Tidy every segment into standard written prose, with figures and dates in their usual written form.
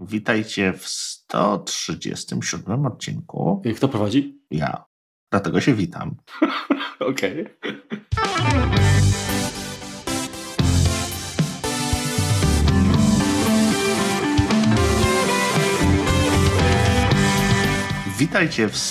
Witajcie w 137 odcinku. Kto prowadzi? Ja. Dlatego się witam. Okej. Witajcie w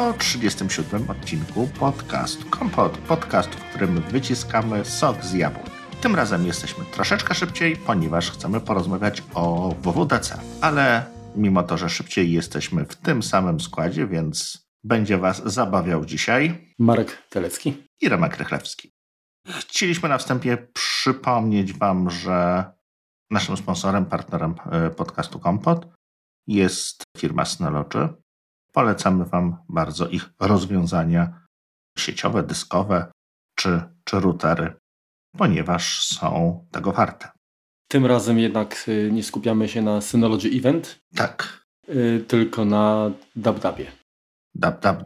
137 odcinku podcastu Kompot. Podcastu, w którym wyciskamy sok z jabłek. Tym razem jesteśmy troszeczkę szybciej, ponieważ chcemy porozmawiać o WWDC. Ale mimo to, że szybciej jesteśmy w tym samym składzie, więc będzie Was zabawiał dzisiaj Marek Telecki i Remek Rychlewski. Chcieliśmy na wstępie przypomnieć Wam, że naszym sponsorem, partnerem podcastu Kompot jest firma Synology. Polecamy Wam bardzo ich rozwiązania sieciowe, dyskowe czy routery, ponieważ są tego warte. Tym razem jednak nie skupiamy się na Synology Event. Tak. Tylko na DubDubie. DubDub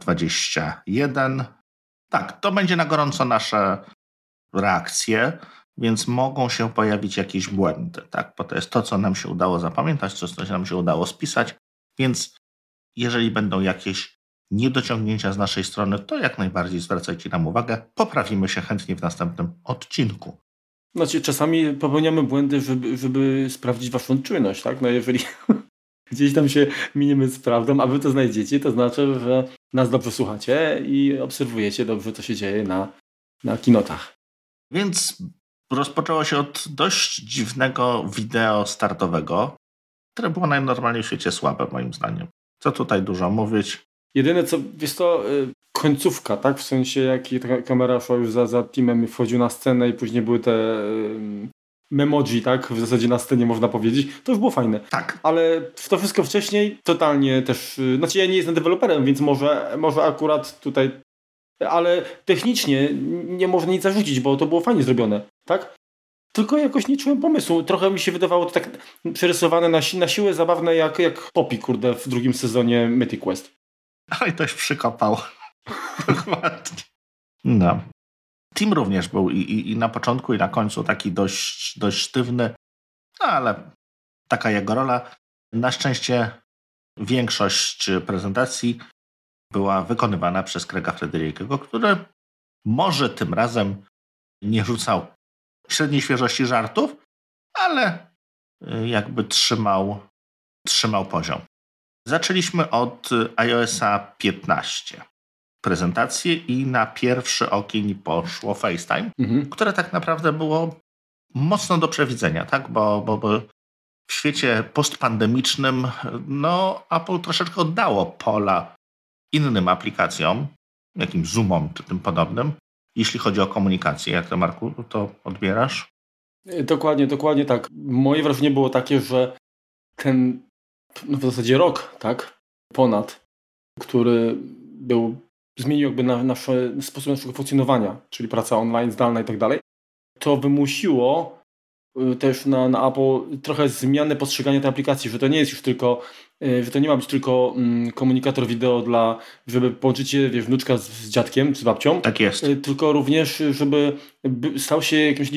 21. Tak, to będzie na gorąco nasze reakcje, więc mogą się pojawić jakieś błędy, tak? Bo to jest to, co nam się udało zapamiętać, co nam się udało spisać, więc jeżeli będą jakieś niedociągnięcia z naszej strony, to jak najbardziej zwracajcie nam uwagę. Poprawimy się chętnie w następnym odcinku. Znaczy, czasami popełniamy błędy, żeby sprawdzić waszą czujność, tak? No jeżeli gdzieś tam się miniemy z prawdą, a wy to znajdziecie, to znaczy, że nas dobrze słuchacie i obserwujecie dobrze, co się dzieje na kinotach. Więc rozpoczęło się od dość dziwnego wideo startowego, które było najnormalniej w świecie słabe, moim zdaniem. Co tutaj dużo mówić? Jedyne co, jest to końcówka, tak? W sensie jak ta kamera szła już za teamem i wchodził na scenę i później były te memoji, tak? W zasadzie na scenie można powiedzieć. To już było fajne. Tak. Ale to wszystko wcześniej totalnie też... Znaczy ja nie jestem deweloperem, więc może akurat tutaj... Ale technicznie nie można nic zarzucić, bo to było fajnie zrobione, tak? Tylko jakoś nie czułem pomysłu. Trochę mi się wydawało to tak przerysowane na siłę, zabawne jak Poppy, kurde, w drugim sezonie Mythic Quest. Oj, ktoś przykopał. Dokładnie. No. Team również był i na początku, i na końcu taki dość sztywny, no ale taka jego rola. Na szczęście większość prezentacji była wykonywana przez Craiga Federighiego, który może tym razem nie rzucał średniej świeżości żartów, ale jakby trzymał poziom. Zaczęliśmy od iOS-a 15 prezentację i na pierwszy ogień poszło FaceTime, które tak naprawdę było mocno do przewidzenia, tak? Bo w świecie postpandemicznym no, Apple troszeczkę oddało pola innym aplikacjom, jakimś Zoomom czy tym podobnym, jeśli chodzi o komunikację. Jak to, Marku, to odbierasz? Dokładnie tak. Moje wrażenie było takie, że ten w zasadzie rok, tak, ponad, który zmienił jakby sposób naszego funkcjonowania, czyli praca online, zdalna i tak dalej, to wymusiło też na Apple trochę zmianę postrzegania tej aplikacji, że to nie jest już tylko, że to nie ma być tylko komunikator wideo żeby połączyć się, wnuczka z dziadkiem, z babcią. Tak jest. Tylko również, żeby stał się jakimś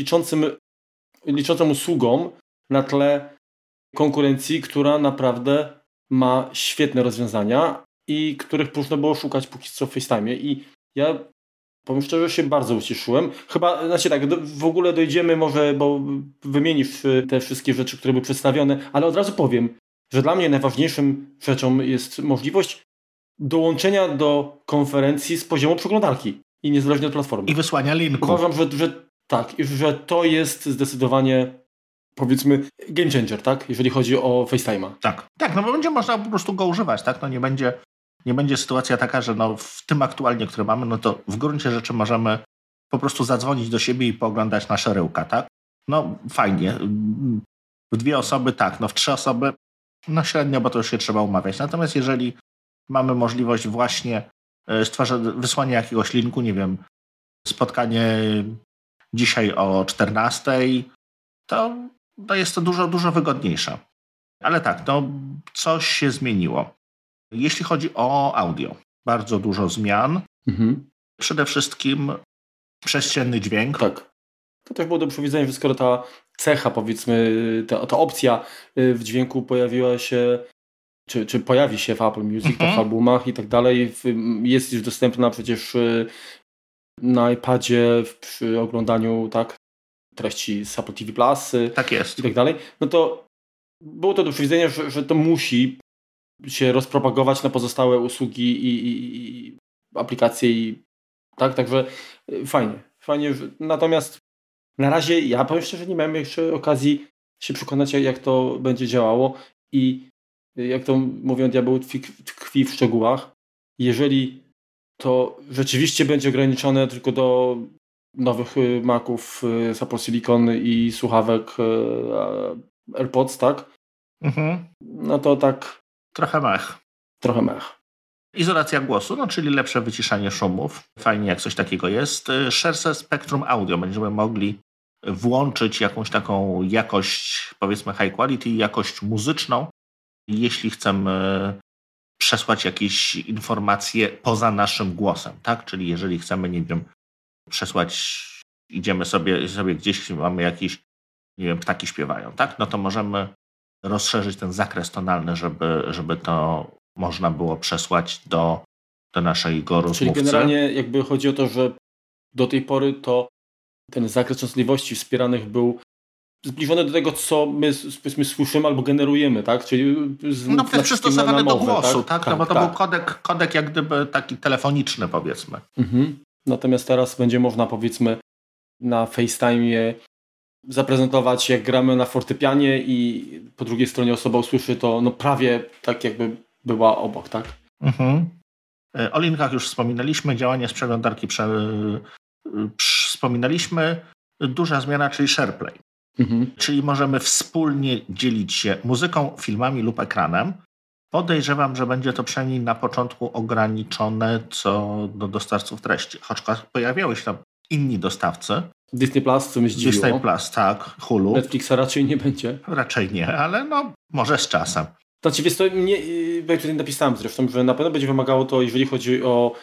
liczącą usługą na tle konkurencji, która naprawdę ma świetne rozwiązania i których można było szukać póki co w FaceTime'ie. I ja powiem szczerze, się bardzo ucieszyłem. Chyba, znaczy tak, w ogóle dojdziemy może, bo wymienisz te wszystkie rzeczy, które były przedstawione, ale od razu powiem, że dla mnie najważniejszą rzeczą jest możliwość dołączenia do konferencji z poziomu przeglądarki i niezależnie od platformy. I wysłania linku. Uważam, że tak, że to jest zdecydowanie, powiedzmy, game changer, tak? Jeżeli chodzi o FaceTime'a. Tak, no bo będzie można po prostu go używać, tak? No nie będzie sytuacja taka, że no w tym aktualnie, które mamy, no to w gruncie rzeczy możemy po prostu zadzwonić do siebie i pooglądać nasze ryłka, tak? No fajnie. W 2 osoby tak, no w 3 osoby no średnio, bo to już się trzeba umawiać. Natomiast jeżeli mamy możliwość właśnie wysłania jakiegoś linku, nie wiem, spotkanie dzisiaj o 14:00, to jest to dużo, dużo wygodniejsze. Ale tak, no coś się zmieniło. Jeśli chodzi o audio, bardzo dużo zmian. Przede wszystkim przestrzenny dźwięk. Tak. To też było do przewidzenia, że skoro ta cecha, powiedzmy, ta opcja w dźwięku pojawiła się, czy pojawi się w Apple Music, w albumach i tak dalej. Jest już dostępna przecież na iPadzie przy oglądaniu treści z Apple TV Plus tak jest. i tak dalej. No to było to do przewidzenia, że to musi się rozpropagować na pozostałe usługi i aplikacje także fajnie. Natomiast na razie ja powiem szczerze, nie miałem jeszcze okazji się przekonać, jak to będzie działało i jak to mówią, diabeł tkwi w szczegółach. Jeżeli to rzeczywiście będzie ograniczone tylko do nowych Maców z Apple Silicon i słuchawek AirPods, tak? No to tak... Trochę mech. Izolacja głosu, czyli lepsze wyciszanie szumów. Fajnie, jak coś takiego jest. Szersze spektrum audio. Będziemy mogli włączyć jakąś taką jakość, powiedzmy high quality, jakość muzyczną, jeśli chcemy przesłać jakieś informacje poza naszym głosem, tak? Czyli jeżeli chcemy, nie wiem, przesłać, idziemy sobie gdzieś, mamy jakieś, nie wiem, ptaki śpiewają, tak? No to możemy rozszerzyć ten zakres tonalny, żeby to można było przesłać do naszego rozmówcy. Czyli generalnie jakby chodzi o to, że do tej pory to ten zakres częstotliwości wspieranych był zbliżony do tego, co my powiedzmy słyszymy albo generujemy, tak? Czyli jest przystosowany do głosu, tak? No bo to był kodek jak gdyby taki telefoniczny, powiedzmy. Natomiast teraz będzie można, powiedzmy, na FaceTime'ie zaprezentować, jak gramy na fortepianie i po drugiej stronie osoba usłyszy to prawie tak, jakby była obok, tak? O linkach już wspominaliśmy, działanie z przeglądarki wspominaliśmy. Duża zmiana, czyli SharePlay. Czyli możemy wspólnie dzielić się muzyką, filmami lub ekranem. Podejrzewam, że będzie to przynajmniej na początku ograniczone co do dostawców treści. Choć pojawiały się tam inni dostawcy. Disney Plus, co mnie zdziwiło. Disney Plus, tak. Hulu. Netflixa raczej nie będzie. Raczej nie, ale może z czasem. Znaczy, wiesz, to ja tutaj napisałem zresztą, że na pewno będzie wymagało to, jeżeli chodzi o...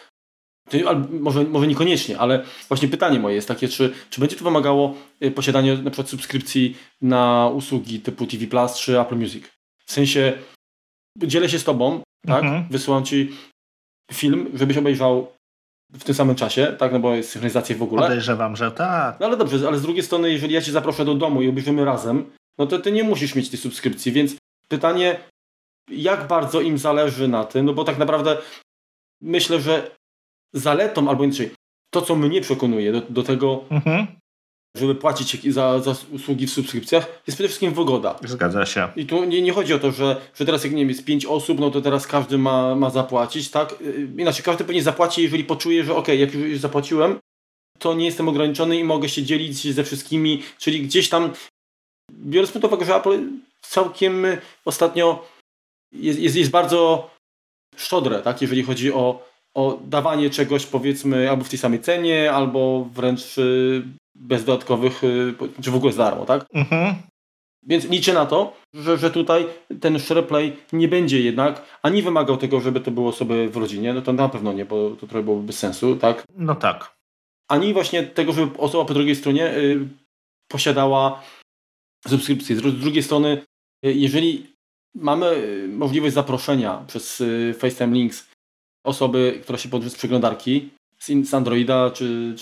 Może niekoniecznie, ale właśnie pytanie moje jest takie, czy będzie to wymagało posiadania na przykład subskrypcji na usługi typu TV Plus czy Apple Music. W sensie dzielę się z tobą, tak? Wysyłam ci film, żebyś obejrzał w tym samym czasie, tak? No bo jest synchronizacja w ogóle. Podejrzewam, że tak. No ale dobrze, ale z drugiej strony, jeżeli ja cię zaproszę do domu i obejrzymy razem, no to ty nie musisz mieć tej subskrypcji, więc pytanie, jak bardzo im zależy na tym, no bo tak naprawdę myślę, że zaletą, albo inaczej, to co mnie przekonuje do tego, żeby płacić za usługi w subskrypcjach, jest przede wszystkim wygoda. Zgadza się. I tu nie chodzi o to, że teraz jak nie wiem, jest 5 osób, no to teraz każdy ma zapłacić, tak? Inaczej każdy pewnie zapłaci, jeżeli poczuje, że okej, jak już zapłaciłem, to nie jestem ograniczony i mogę się dzielić ze wszystkimi, czyli gdzieś tam, biorąc pod uwagę, że Apple całkiem ostatnio jest bardzo szczodre, tak? Jeżeli chodzi o dawanie czegoś, powiedzmy, albo w tej samej cenie, albo wręcz bez dodatkowych, czy w ogóle za darmo, tak? Więc liczę na to, że tutaj ten SharePlay nie będzie jednak ani wymagał tego, żeby to było sobie w rodzinie, no to na pewno nie, bo to trochę byłoby bez sensu, tak? No tak. Ani właśnie tego, żeby osoba po drugiej stronie posiadała subskrypcję. Z drugiej strony, jeżeli mamy możliwość zaproszenia przez FaceTime Links osoby, która się podłączy z przeglądarki, z Androida czy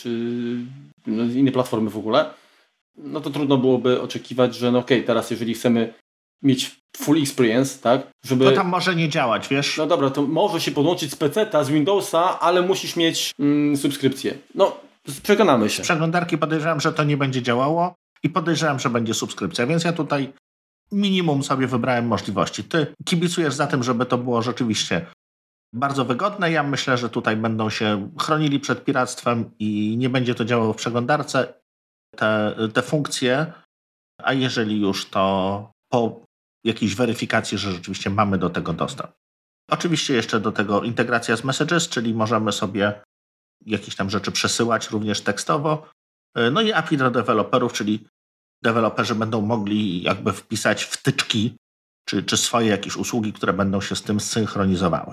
z innej platformy w ogóle, no to trudno byłoby oczekiwać, że teraz jeżeli chcemy mieć full experience, tak, żeby... To tam może nie działać, wiesz? No dobra, to może się podłączyć z PC-ta, z Windowsa, ale musisz mieć subskrypcję. No, przekonamy się. Z przeglądarki podejrzewam, że to nie będzie działało i podejrzewam, że będzie subskrypcja, więc ja tutaj minimum sobie wybrałem możliwości. Ty kibicujesz za tym, żeby to było rzeczywiście bardzo wygodne. Ja myślę, że tutaj będą się chronili przed piractwem i nie będzie to działało w przeglądarce. Te funkcje, a jeżeli już, to po jakiejś weryfikacji, że rzeczywiście mamy do tego dostęp. Oczywiście jeszcze do tego integracja z Messages, czyli możemy sobie jakieś tam rzeczy przesyłać również tekstowo. No i API dla deweloperów, czyli deweloperzy będą mogli jakby wpisać wtyczki czy swoje jakieś usługi, które będą się z tym synchronizowały.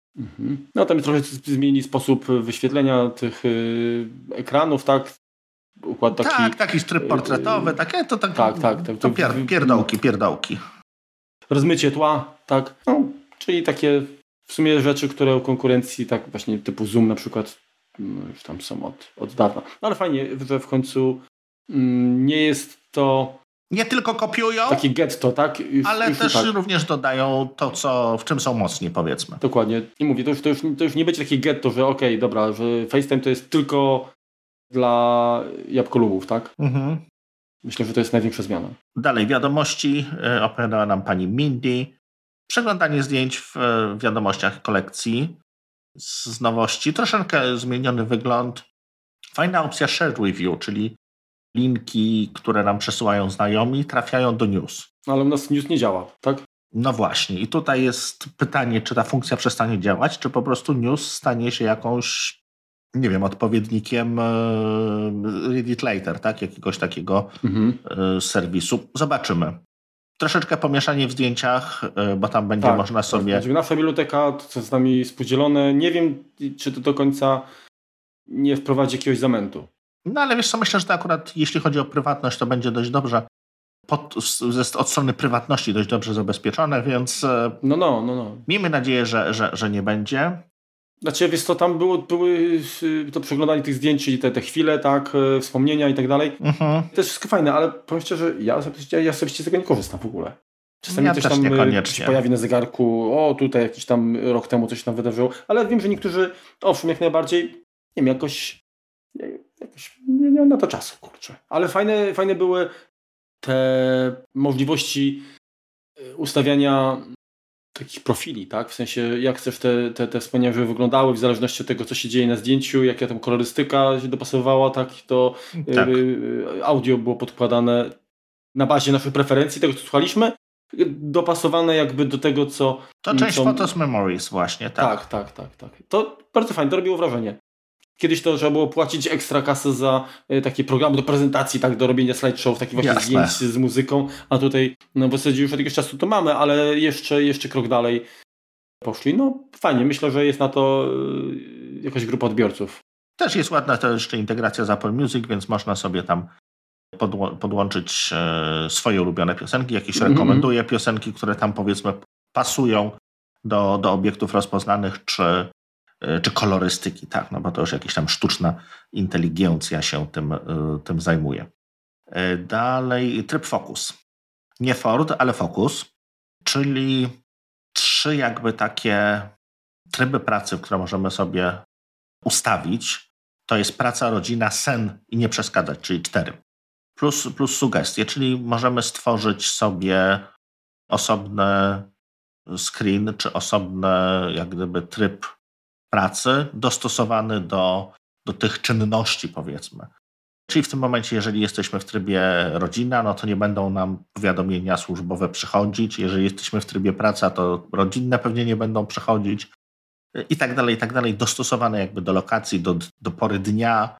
No tam trochę zmieni sposób wyświetlenia tych ekranów, tak? układ taki... Tak, taki tryb portretowy, takie to pierdołki. Rozmycie tła, tak. No, czyli takie w sumie rzeczy, które u konkurencji, tak właśnie typu Zoom na przykład, już tam są od dawna. No ale fajnie, że w końcu nie jest to... Nie tylko kopiują, takie getto, tak? Ale też również dodają to, w czym są mocni, powiedzmy. Dokładnie. I mówię, to już nie będzie takie getto, że okej, dobra, że FaceTime to jest tylko dla jabłkolubów, tak? Mhm. Myślę, że to jest największa zmiana. Dalej, wiadomości. Opowiadała nam pani Mindy. Przeglądanie zdjęć w wiadomościach kolekcji z nowości. Troszeczkę zmieniony wygląd. Fajna opcja Shared With You, czyli linki, które nam przesyłają znajomi, trafiają do news. Ale u nas news nie działa, tak? No właśnie. I tutaj jest pytanie, czy ta funkcja przestanie działać, czy po prostu news stanie się jakąś, nie wiem, odpowiednikiem Read It Later, tak? Jakiegoś takiego serwisu. Zobaczymy. Troszeczkę pomieszanie w zdjęciach, bo tam będzie można sobie... Tak. Nasza biblioteka, to jest z nami współdzielone. Nie wiem, czy to do końca nie wprowadzi jakiegoś zamętu. No ale wiesz co, myślę, że to akurat jeśli chodzi o prywatność, to będzie dość dobrze od strony prywatności dość dobrze zabezpieczone, więc no. Miejmy nadzieję, że nie będzie. Znaczy, wiesz co, tam były to przeglądanie tych zdjęć, czyli te chwile, tak, wspomnienia i tak dalej. To jest wszystko fajne, ale powiem szczerze, ja osobiście z tego nie korzystam w ogóle. Czasami coś tam się pojawi na zegarku, tutaj jakiś tam rok temu coś tam wydarzyło, ale wiem, że niektórzy, owszem, jak najbardziej, nie wiem, jakoś nie miałem na to czasu, kurczę. Ale fajne były te możliwości ustawiania takich profili, tak? W sensie, jak chcesz te wspomnienia, żeby wyglądały w zależności od tego, co się dzieje na zdjęciu, jaka tam kolorystyka się dopasowała, tak? To audio było podkładane na bazie naszych preferencji, tego, co słuchaliśmy, dopasowane jakby do tego, co... To część Photos Memories właśnie, tak. Tak. To bardzo fajnie, to robiło wrażenie. Kiedyś to trzeba było płacić ekstra kasę za takie programy do prezentacji, tak, do robienia slideshow, takich właśnie zdjęć z muzyką, a tutaj w zasadzie już od jakiegoś czasu to mamy, ale jeszcze krok dalej poszli. No fajnie, myślę, że jest na to jakaś grupa odbiorców. Też jest ładna to jeszcze integracja z Apple Music, więc można sobie tam podłączyć swoje ulubione piosenki, jakieś rekomenduje piosenki, które tam powiedzmy pasują do obiektów rozpoznanych, czy kolorystyki, tak, no bo to już jakaś tam sztuczna inteligencja się tym zajmuje. Dalej tryb Focus. Nie Ford, ale Focus, czyli 3 jakby takie tryby pracy, które możemy sobie ustawić. To jest praca, rodzina, sen i nie przeszkadzać, czyli 4. Plus sugestie, czyli możemy stworzyć sobie osobny screen, czy osobny jak gdyby tryb pracy dostosowany do tych czynności, powiedzmy. Czyli w tym momencie, jeżeli jesteśmy w trybie rodzina, no to nie będą nam powiadomienia służbowe przychodzić. Jeżeli jesteśmy w trybie praca, to rodzinne pewnie nie będą przychodzić. I tak dalej, dostosowane jakby do lokacji, do pory dnia.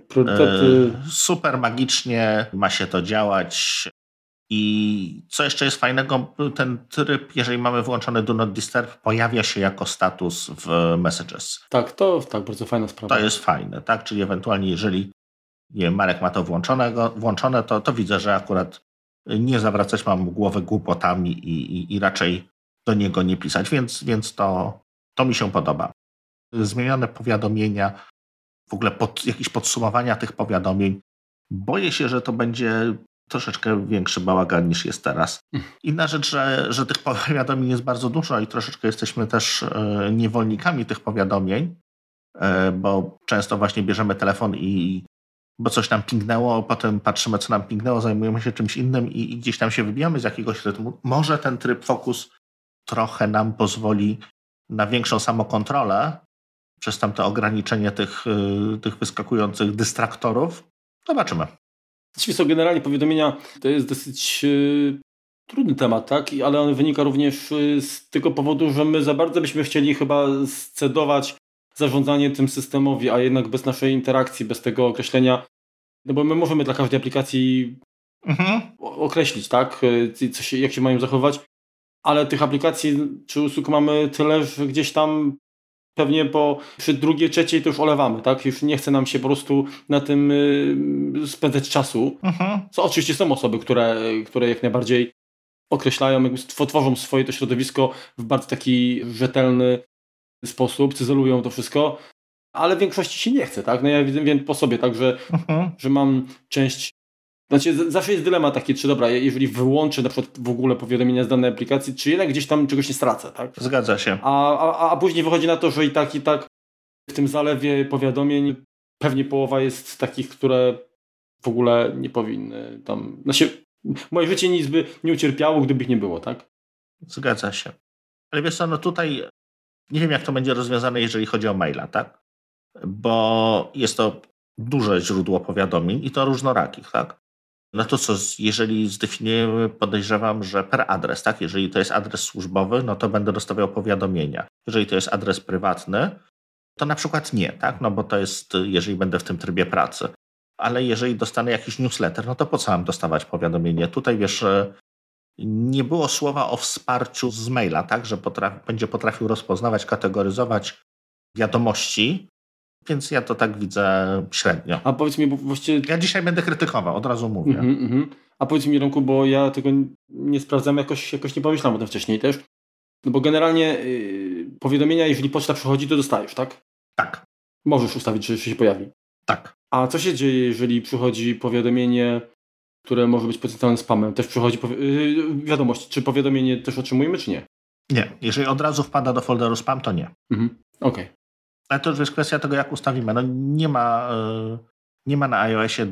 Super magicznie ma się to działać. I co jeszcze jest fajnego, ten tryb, jeżeli mamy włączony Do Not Disturb, pojawia się jako status w Messages. Tak, bardzo fajna sprawa. To jest fajne, tak? Czyli ewentualnie jeżeli Marek ma to włączone, to widzę, że akurat nie zawracać mam głowę głupotami i raczej do niego nie pisać, więc to mi się podoba. Zmienione powiadomienia, w ogóle jakieś podsumowania tych powiadomień. Boję się, że to będzie troszeczkę większy bałagan niż jest teraz. Inna rzecz, że tych powiadomień jest bardzo dużo i troszeczkę jesteśmy też niewolnikami tych powiadomień, bo często właśnie bierzemy telefon bo coś nam pingnęło, potem patrzymy, co nam pingnęło, zajmujemy się czymś innym i gdzieś tam się wybijamy z jakiegoś rytmu. Może ten tryb Focus trochę nam pozwoli na większą samokontrolę przez tam to ograniczenie tych wyskakujących dystraktorów. Zobaczymy. Są generalnie powiadomienia, to jest dosyć trudny temat, tak? Ale on wynika również z tego powodu, że my za bardzo byśmy chcieli chyba scedować zarządzanie tym systemowi, a jednak bez naszej interakcji, bez tego określenia, no bo my możemy dla każdej aplikacji określić, tak? Jak się mają zachowywać, ale tych aplikacji czy usług mamy tyle, że gdzieś tam pewnie przy drugiej, trzeciej to już olewamy, tak? Już nie chce nam się po prostu na tym spędzać czasu. Co oczywiście są osoby, które jak najbardziej określają, jakby tworzą swoje to środowisko w bardzo taki rzetelny sposób, cyzelują to wszystko, ale w większości się nie chce, tak? No ja wiem po sobie, tak, że mam część. Znaczy, zawsze jest dylemat taki, czy dobra, jeżeli wyłączę na przykład w ogóle powiadomienia z danej aplikacji, czy jednak gdzieś tam czegoś nie stracę, tak? Zgadza się. A później wychodzi na to, że i tak w tym zalewie powiadomień pewnie połowa jest takich, które w ogóle nie powinny tam. Znaczy, moje życie nic by nie ucierpiało, gdyby ich nie było, tak? Zgadza się. Ale wiesz co, no tutaj nie wiem, jak to będzie rozwiązane, jeżeli chodzi o maila, tak? Bo jest to duże źródło powiadomień i to różnorakich, tak? No to co, jeżeli zdefiniujemy, podejrzewam, że per adres, tak? Jeżeli to jest adres służbowy, no to będę dostawiał powiadomienia. Jeżeli to jest adres prywatny, to na przykład nie, tak? No bo to jest, jeżeli będę w tym trybie pracy. Ale jeżeli dostanę jakiś newsletter, no to po co mam dostawać powiadomienie? Tutaj wiesz, nie było słowa o wsparciu z maila, tak? Że będzie potrafił rozpoznawać, kategoryzować wiadomości, więc ja to tak widzę średnio. A powiedz mi, bo właściwie. Ja dzisiaj będę krytykował, od razu mówię. A powiedz mi, Romku, bo ja tego nie sprawdzam, jakoś nie pomyślałem o tym wcześniej też. No bo generalnie powiadomienia, jeżeli poczta przychodzi, to dostajesz, tak? Tak. Możesz ustawić, że się pojawi. Tak. A co się dzieje, jeżeli przychodzi powiadomienie, które może być potencjalnym spamem? Też przychodzi wiadomość, czy powiadomienie też otrzymujemy, czy nie? Nie. Jeżeli od razu wpada do folderu spam, to nie. Okej. Ale to już jest kwestia tego, jak ustawimy. No nie ma na iOSie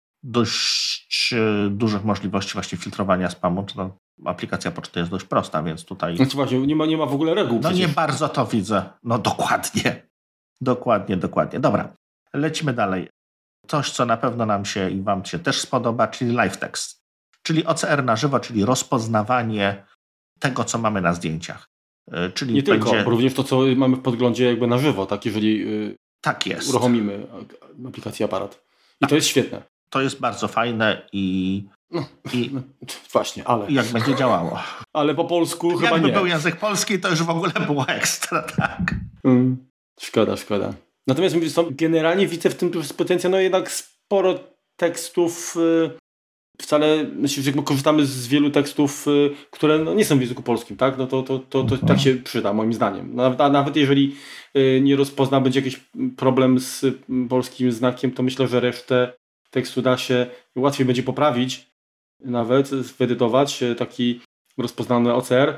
dość dużych możliwości właśnie filtrowania spamu. To aplikacja poczty jest dość prosta, więc tutaj... Znaczy właśnie, nie ma w ogóle reguł. No przecież. nie bardzo to widzę. No dokładnie. Dokładnie. Dobra, lecimy dalej. Coś, co na pewno nam się i wam się też spodoba, czyli live text. Czyli OCR na żywo, czyli rozpoznawanie tego, co mamy na zdjęciach. Czyli nie tylko, bo również to, co mamy w podglądzie jakby na żywo, tak? Jeżeli tak jest. uruchomimy aplikację aparat. I to jest świetne. To jest bardzo fajne i właśnie, ale... Jak będzie działało. Ale po polsku chyba nie. Jakby był język polski, to już w ogóle było ekstra, tak. Szkoda. Natomiast generalnie widzę w tym potencjał, no jednak sporo tekstów, wcale, znaczy, jakby korzystamy z wielu tekstów, które no, nie są w języku polskim, tak? No to tak się przyda, moim zdaniem. Nawet jeżeli nie rozpozna, będzie jakiś problem z polskim znakiem, to myślę, że resztę tekstu da się łatwiej będzie poprawić, nawet wyedytować taki rozpoznany OCR,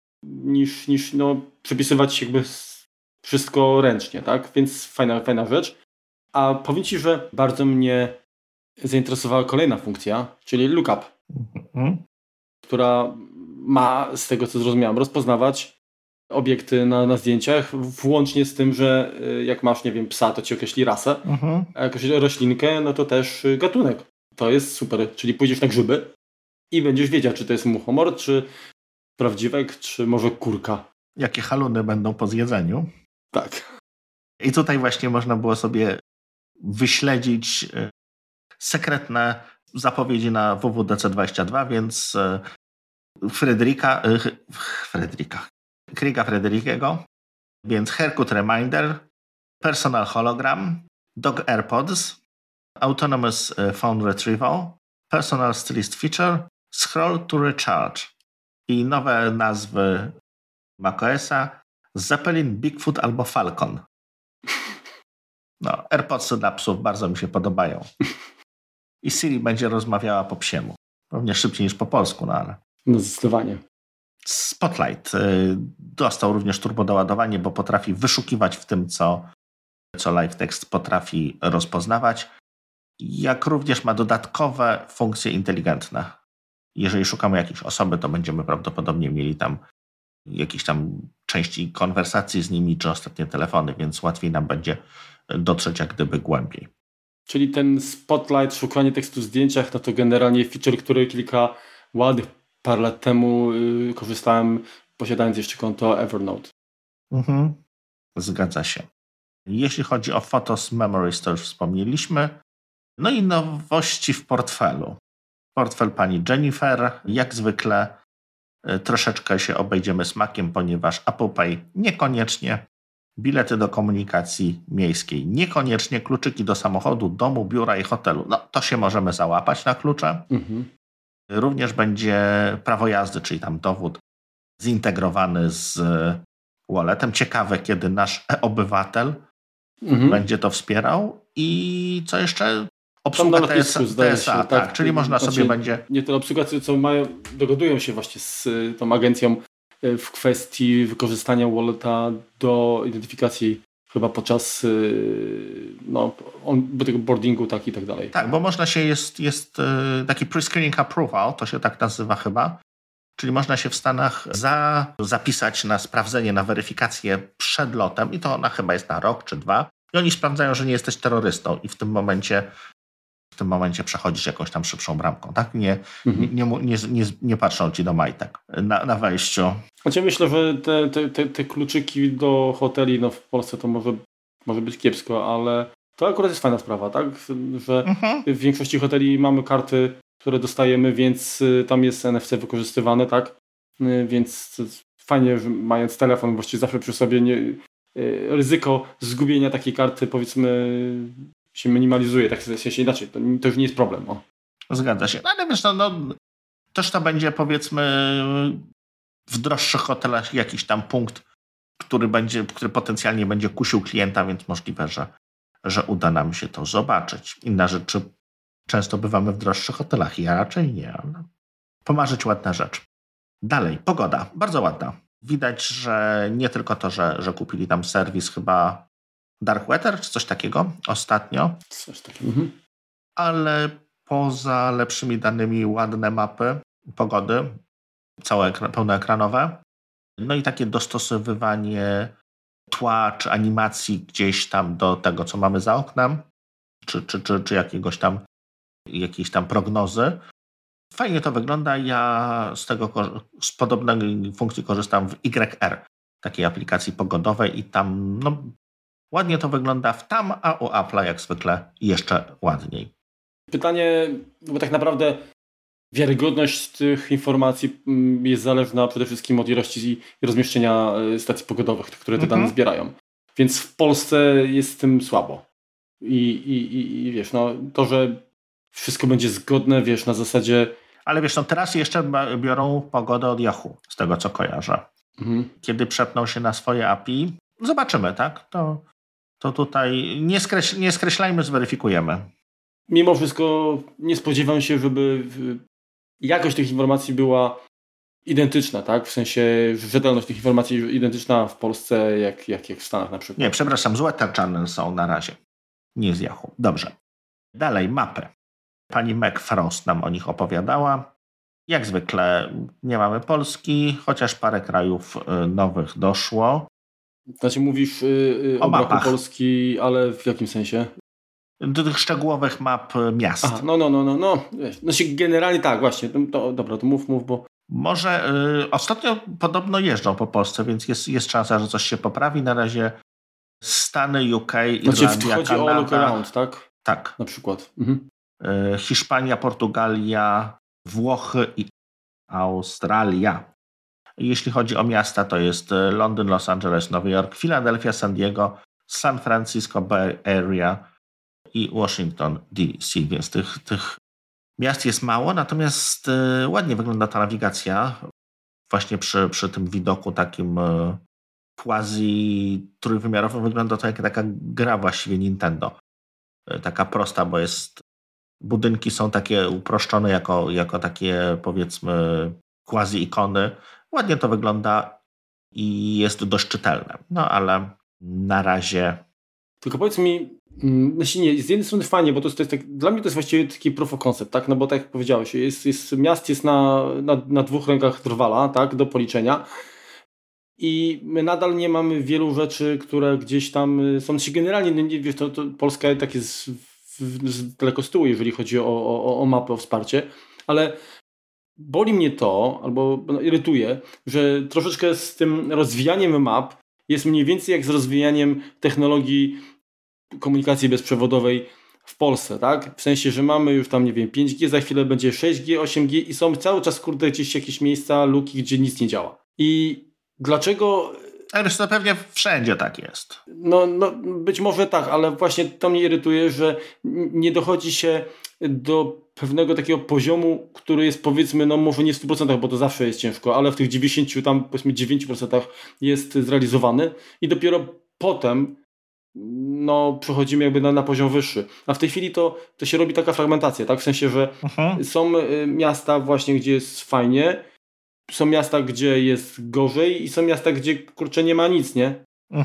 niż no, przepisywać jakby wszystko ręcznie, tak? Więc fajna rzecz. A powiem Ci, że bardzo mnie zainteresowała kolejna funkcja, czyli lookup, która ma, z tego co zrozumiałem, rozpoznawać obiekty na zdjęciach, włącznie z tym, że jak masz, nie wiem, psa, to Ci określi rasę, a jakąś roślinkę, no to też gatunek. To jest super, czyli pójdziesz na grzyby i będziesz wiedział, czy to jest muchomor, czy prawdziwek, czy może kurka. Jakie haluny będą po zjedzeniu. Tak. I tutaj właśnie można było sobie wyśledzić sekretne zapowiedzi na WWDC22, więc Kriga Frederikiego, więc Haircut Reminder, Personal Hologram, Dog AirPods, Autonomous Phone Retrieval, Personal Stylist Feature, Scroll to Recharge i nowe nazwy macOSa Zeppelin, Bigfoot albo Falcon. No, AirPodsy dla psów bardzo mi się podobają. I Siri będzie rozmawiała po psiemu. Pewnie szybciej niż po polsku, no ale... No zdecydowanie. Spotlight dostał również turbodoładowanie, bo potrafi wyszukiwać w tym, co live text potrafi rozpoznawać. Jak również ma dodatkowe funkcje inteligentne. Jeżeli szukamy jakiejś osoby, to będziemy prawdopodobnie mieli tam jakieś tam części konwersacji z nimi, czy ostatnie telefony, więc łatwiej nam będzie dotrzeć jak gdyby głębiej. Czyli ten Spotlight, szukanie tekstu w zdjęciach, no to generalnie feature, który kilka ładnych parę lat temu korzystałem, posiadając jeszcze konto Evernote. Zgadza się. Jeśli chodzi o Photos Memories, to już wspomnieliśmy. No i nowości w portfelu. Portfel pani Jennifer, jak zwykle troszeczkę się obejdziemy smakiem, ponieważ Apple Pay niekoniecznie. bilety do komunikacji miejskiej. Niekoniecznie kluczyki do samochodu, domu, biura i hotelu. No, to się możemy załapać na klucze. Również będzie prawo jazdy, czyli tam dowód zintegrowany z walletem. Ciekawe, kiedy nasz obywatel będzie to wspierał. I co jeszcze? Obsługa TSA, tak, czyli można sobie będzie... Nie tyle obsługa, co dogadują się właśnie z tą agencją w kwestii wykorzystania walleta do identyfikacji chyba podczas tego boardingu i tak dalej. Tak, bo można się, jest taki pre-screening approval, to się tak nazywa chyba, czyli można się w Stanach zapisać na sprawdzenie, na weryfikację przed lotem i to ona chyba jest na rok czy 2 i oni sprawdzają, że nie jesteś terrorystą i w tym momencie przechodzisz jakąś tam szybszą bramką, tak? Nie patrzą ci do majtek na wejściu. Znaczy myślę, że te kluczyki do hoteli, w Polsce to może być kiepsko, ale to akurat jest fajna sprawa, tak? Że w większości hoteli mamy karty, które dostajemy, więc tam jest NFC wykorzystywane, tak? Więc fajnie, że mając telefon właściwie zawsze przy sobie ryzyko zgubienia takiej karty, powiedzmy, się minimalizuje, tak w sensie inaczej, to już nie jest problem. Zgadza się. No, ale wiesz, też to będzie, powiedzmy, w droższych hotelach jakiś tam punkt, który potencjalnie będzie kusił klienta, więc możliwe, że uda nam się to zobaczyć. Inna rzecz, czy często bywamy w droższych hotelach? Ja raczej nie, ale pomarzyć ładna rzecz. Dalej, pogoda. Bardzo ładna. Widać, że nie tylko to, że kupili tam serwis chyba Dark Weather, czy coś takiego ostatnio. Coś takiego. Ale poza lepszymi danymi ładne mapy pogody, całe pełnoekranowe. No i takie dostosowywanie tła czy animacji gdzieś tam do tego, co mamy za oknem, czy jakiejś tam prognozy. Fajnie to wygląda. Ja z podobnej funkcji korzystam w YR, takiej aplikacji pogodowej i tam ładnie to wygląda a u Apple'a jak zwykle jeszcze ładniej. Pytanie, bo tak naprawdę wiarygodność tych informacji jest zależna przede wszystkim od ilości i rozmieszczenia stacji pogodowych, które te dane zbierają. Więc w Polsce jest z tym słabo. I wiesz, to, że wszystko będzie zgodne, wiesz, na zasadzie... Ale wiesz, teraz jeszcze biorą pogodę od Yahoo, z tego co kojarzę. Kiedy przepną się na swoje API, zobaczymy, tak? To tutaj nie skreślajmy, zweryfikujemy. Mimo wszystko nie spodziewam się, żeby jakość tych informacji była identyczna, tak? W sensie rzetelność tych informacji identyczna w Polsce jak w Stanach na przykład. Nie, przepraszam, z Weather Channel są na razie. Nie z Yahoo. Dobrze. Dalej, mapy. Pani McFrost nam o nich opowiadała. Jak zwykle nie mamy Polski, chociaż parę krajów nowych doszło. Znaczy mówisz o braku Polski, ale w jakim sensie? Do tych szczegółowych map miast. Aha, Znaczy generalnie tak, właśnie. Dobra, to mów, bo... Może ostatnio podobno jeżdżą po Polsce, więc jest szansa, że coś się poprawi. Na razie Stany, UK, Irlandia, chodzi Kanada. o look around, tak? Tak. Na przykład. Hiszpania, Portugalia, Włochy i Australia. Jeśli chodzi o miasta, to jest Londyn, Los Angeles, Nowy Jork, Filadelfia, San Diego, San Francisco Bay Area i Washington DC, więc tych miast jest mało, natomiast ładnie wygląda ta nawigacja właśnie przy tym widoku takim quasi trójwymiarowym. Wygląda to jak taka gra właściwie Nintendo. Taka prosta, bo budynki są takie uproszczone jako takie, powiedzmy, quasi ikony. Ładnie to wygląda i jest dość czytelne. Ale na razie... Tylko powiedz mi, nie, z jednej strony fajnie, bo to jest tak, dla mnie to jest właściwie taki proof of concept, tak? Bo tak jak powiedziałeś, miast jest na 2 rękach drwala, tak? Do policzenia. I my nadal nie mamy wielu rzeczy, które gdzieś tam są. Generalnie, wiesz, to Polska tak jest daleko z tyłu, jeżeli chodzi o mapę, o wsparcie, ale boli mnie to, albo irytuje, że troszeczkę z tym rozwijaniem map jest mniej więcej jak z rozwijaniem technologii komunikacji bezprzewodowej w Polsce, tak? W sensie, że mamy już tam, 5G, za chwilę będzie 6G, 8G i są cały czas, gdzieś jakieś miejsca, luki, gdzie nic nie działa. I dlaczego Ale to pewnie wszędzie tak jest. No, być może tak, ale właśnie to mnie irytuje, że nie dochodzi się do pewnego takiego poziomu, który jest powiedzmy, no może nie w 100%, bo to zawsze jest ciężko, ale w tych 90, tam powiedzmy 9% jest zrealizowany i dopiero potem przechodzimy jakby na poziom wyższy. A w tej chwili to się robi taka fragmentacja, tak? W sensie, że są miasta właśnie, gdzie jest fajnie, są miasta, gdzie jest gorzej i są miasta, gdzie kurczę nie ma nic, nie?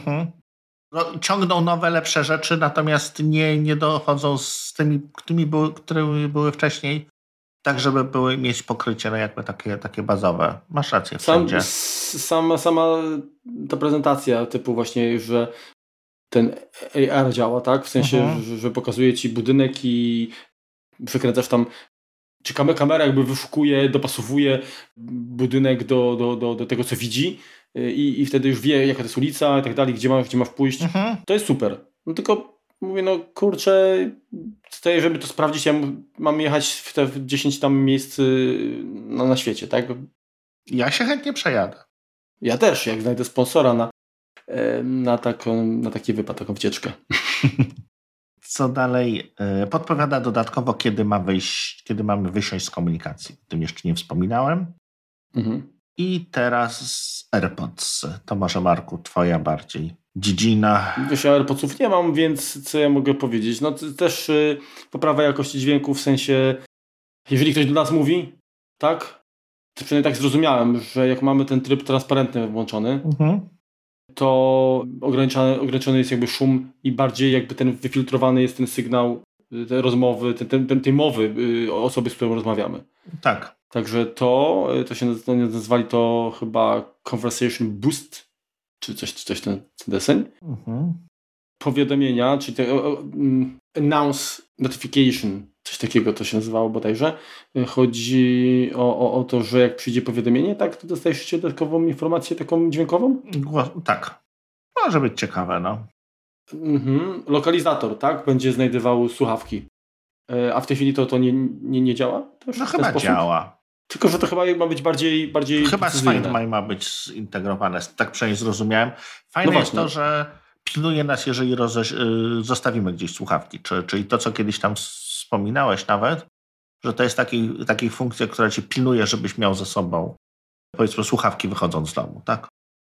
No, ciągną nowe, lepsze rzeczy, natomiast nie dochodzą z tymi, które były wcześniej, tak żeby mieć pokrycie jakby takie bazowe. Masz rację wszędzie. Sama ta prezentacja typu właśnie, że ten AR działa, tak? W sensie, że pokazuje ci budynek i wykręcasz tam, czy kamera jakby wyszukuje, dopasowuje budynek do tego, co widzi i wtedy już wie, jaka to jest ulica i tak dalej, gdzie masz pójść. To jest super. No tylko mówię, kurczę, tutaj, żeby to sprawdzić, ja mam jechać w te 10 tam miejsc na świecie, tak? Ja się chętnie przejadę. Ja też, jak znajdę sponsora na taki wypad, taką wycieczkę. Co dalej? Podpowiada dodatkowo, kiedy mamy wysiąść z komunikacji. O tym jeszcze nie wspominałem. I teraz AirPods. To może, Marku, twoja bardziej dziedzina. Wiesz, ja AirPodsów nie mam, więc co ja mogę powiedzieć? No też poprawa jakości dźwięku, w sensie jeżeli ktoś do nas mówi, tak? To przynajmniej tak zrozumiałem, że jak mamy ten tryb transparentny włączony, to ograniczony jest jakby szum i bardziej jakby ten wyfiltrowany jest ten sygnał, te rozmowy, tej mowy osoby, z którą rozmawiamy. Tak. Także to się nazwali to chyba Conversation Boost, czy coś ten deseń. Powiadomienia, czyli Announce Notification, coś takiego to się nazywało bodajże. Chodzi o to, że jak przyjdzie powiadomienie, tak, to dostajesz dodatkową informację taką dźwiękową? Tak. Może być ciekawe, no. Lokalizator, tak? Będzie znajdował słuchawki. A w tej chwili to nie działa? Też no chyba działa. Tylko, że to chyba ma być bardziej chyba z Find My ma być zintegrowane. Tak przynajmniej zrozumiałem. Fajne jest to, że pilnuje nas, jeżeli zostawimy gdzieś słuchawki. Czyli to, co kiedyś tam wspominałeś nawet, że to jest takiej funkcja, która ci pilnuje, żebyś miał ze sobą, powiedzmy, słuchawki wychodząc z domu, tak?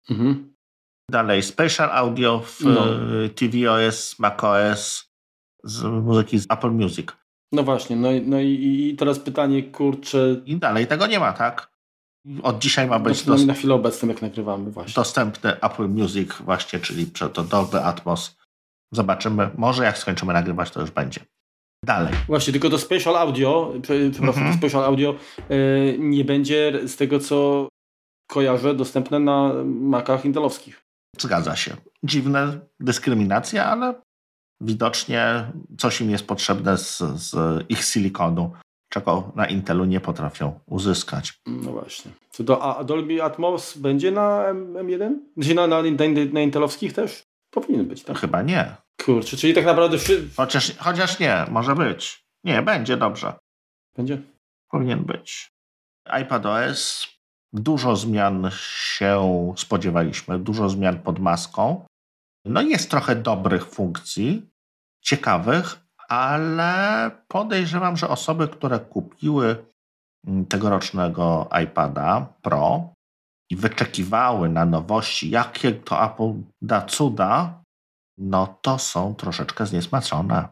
Dalej, Spatial Audio w tvOS, macOS, z muzyki z Apple Music. No właśnie, no i teraz pytanie, kurczę... I dalej tego nie ma, tak? Od dzisiaj ma być na chwilę obecną, jak nagrywamy właśnie. Dostępny Apple Music właśnie, czyli to Dolby Atmos. Zobaczymy, może jak skończymy nagrywać, to już będzie. Dalej. Właśnie, tylko to Spatial Audio, przepraszam, to Spatial Audio nie będzie, z tego co kojarzę, dostępne na Macach intelowskich. Zgadza się. Dziwne dyskryminacja, ale widocznie coś im jest potrzebne z ich silikonu, czego na Intelu nie potrafią uzyskać. No właśnie. A Dolby Atmos będzie na M1? Na intelowskich też? Powinien być, tak? Chyba nie. Kurczę, czyli tak naprawdę... Chociaż nie, może być. Nie, będzie dobrze. Będzie? Powinien być. iPadOS. Dużo zmian się spodziewaliśmy. Dużo zmian pod maską. No jest trochę dobrych funkcji, ciekawych, ale podejrzewam, że osoby, które kupiły tegorocznego iPada Pro i wyczekiwały na nowości, jakie to Apple da cuda, no to są troszeczkę zniesmaczone,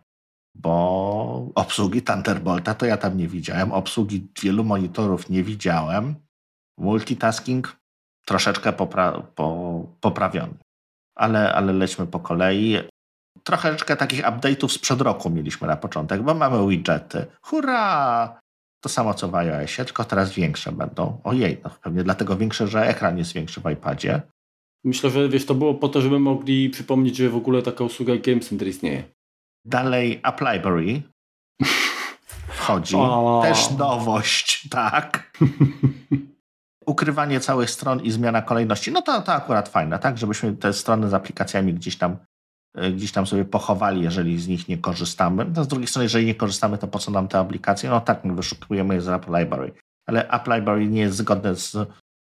bo obsługi Thunderbolta to ja tam nie widziałem, obsługi wielu monitorów nie widziałem, multitasking troszeczkę poprawiony. Ale lećmy po kolei. Troszeczkę takich update'ów sprzed roku mieliśmy na początek, bo mamy widgety. Hurra! To samo co w iOSie, tylko teraz większe będą. Ojej, no pewnie dlatego większe, że ekran jest większy w iPadzie. Myślę, że to było po to, żeby mogli przypomnieć, że w ogóle taka usługa Game Center istnieje. Dalej App Library wchodzi. Też nowość, tak. Ukrywanie całych stron i zmiana kolejności. No to akurat fajne, tak? Żebyśmy te strony z aplikacjami gdzieś tam sobie pochowali, jeżeli z nich nie korzystamy. No z drugiej strony, jeżeli nie korzystamy, to po co nam te aplikacje? No tak, my wyszukujemy je z App Library. Ale App Library nie jest zgodne z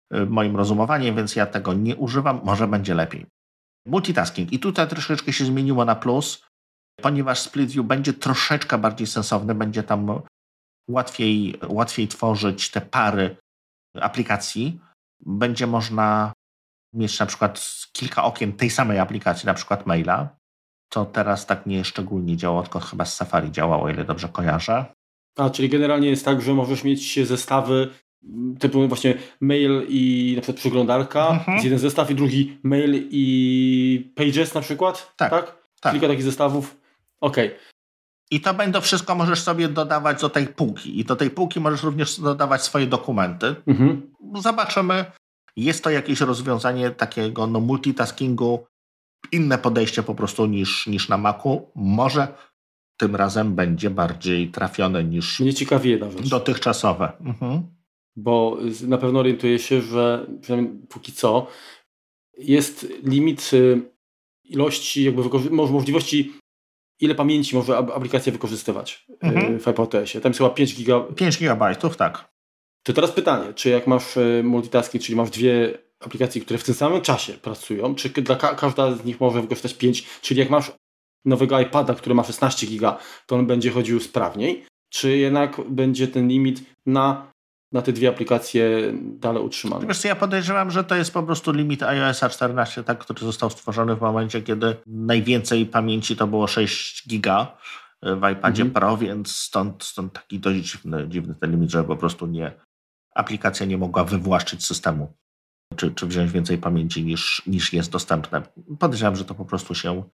moim rozumowaniem, więc ja tego nie używam. Może będzie lepiej. Multitasking. I tutaj troszeczkę się zmieniło na plus, ponieważ Split View będzie troszeczkę bardziej sensowny, będzie tam łatwiej tworzyć te pary aplikacji. Będzie można mieć na przykład kilka okien tej samej aplikacji, na przykład maila. To teraz tak nie szczególnie działa, tylko chyba z Safari działało, o ile dobrze kojarzę. Czyli generalnie jest tak, że możesz mieć zestawy typu właśnie mail i na przykład przeglądarka, jest jeden zestaw i drugi mail i pages na przykład? Tak. Kilka takich zestawów. Okej. I to wszystko możesz sobie dodawać do tej półki. I do tej półki możesz również dodawać swoje dokumenty. Zobaczymy. Jest to jakieś rozwiązanie takiego multitaskingu, inne podejście po prostu niż na Macu. Może tym razem będzie bardziej trafione niż mnie ciekawi jedna rzecz. Dotychczasowe. Bo na pewno orientuję się, że przynajmniej póki co jest limit ilości, możliwości, ile pamięci może aplikacja wykorzystywać w iPadOSie. Tam jest chyba 5 gigabajtów, tak. To teraz pytanie, czy jak masz multitasking, czyli masz dwie aplikacje, które w tym samym czasie pracują, czy każda z nich może wykorzystać 5, czyli jak masz nowego iPada, który ma 16 giga, to on będzie chodził sprawniej, czy jednak będzie ten limit na te dwie aplikacje dalej utrzymany? Wiesz co, ja podejrzewam, że to jest po prostu limit iOS 14, tak, który został stworzony w momencie, kiedy najwięcej pamięci to było 6 giga w iPadzie Pro, więc stąd taki dość dziwny ten limit, że po prostu aplikacja nie mogła wywłaszczyć systemu, czy wziąć więcej pamięci niż jest dostępne. Podejrzewam, że to po prostu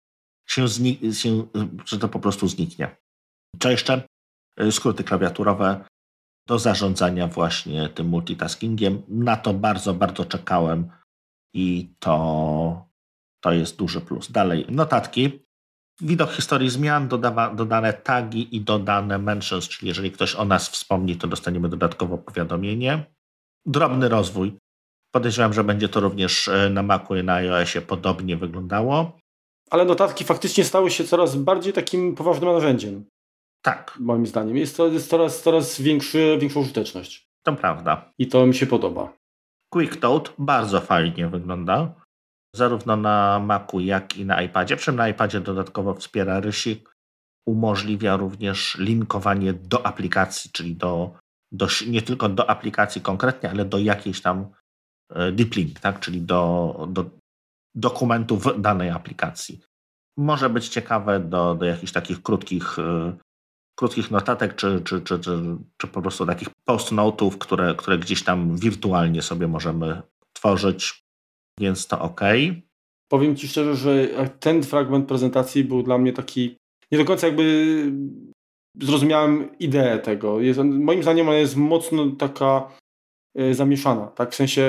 że to po prostu zniknie. Co jeszcze? Skróty klawiaturowe do zarządzania właśnie tym multitaskingiem. Na to bardzo, bardzo czekałem i to jest duży plus. Dalej, notatki. Widok historii zmian, dodane tagi i dodane mentions, czyli jeżeli ktoś o nas wspomni, to dostaniemy dodatkowo powiadomienie. Drobny rozwój. Podejrzewam, że będzie to również na Macu i na iOSie podobnie wyglądało. Ale notatki faktycznie stały się coraz bardziej takim poważnym narzędziem. Tak. Moim zdaniem. Jest coraz większą użyteczność. To prawda. I to mi się podoba. QuickToad bardzo fajnie wygląda. Zarówno na Macu, jak i na iPadzie. Przy na iPadzie dodatkowo wspiera rysik. Umożliwia również linkowanie do aplikacji, czyli nie tylko do aplikacji konkretnie, ale do jakiejś tam deep link, tak? Czyli do dokumentów danej aplikacji. Może być ciekawe do jakichś takich krótkich notatek, czy po prostu takich post-notów, które gdzieś tam wirtualnie sobie możemy tworzyć, więc to ok. Powiem Ci szczerze, że ten fragment prezentacji był dla mnie taki, nie do końca jakby zrozumiałem ideę tego. Moim zdaniem ona jest mocno taka zamieszana, tak? W sensie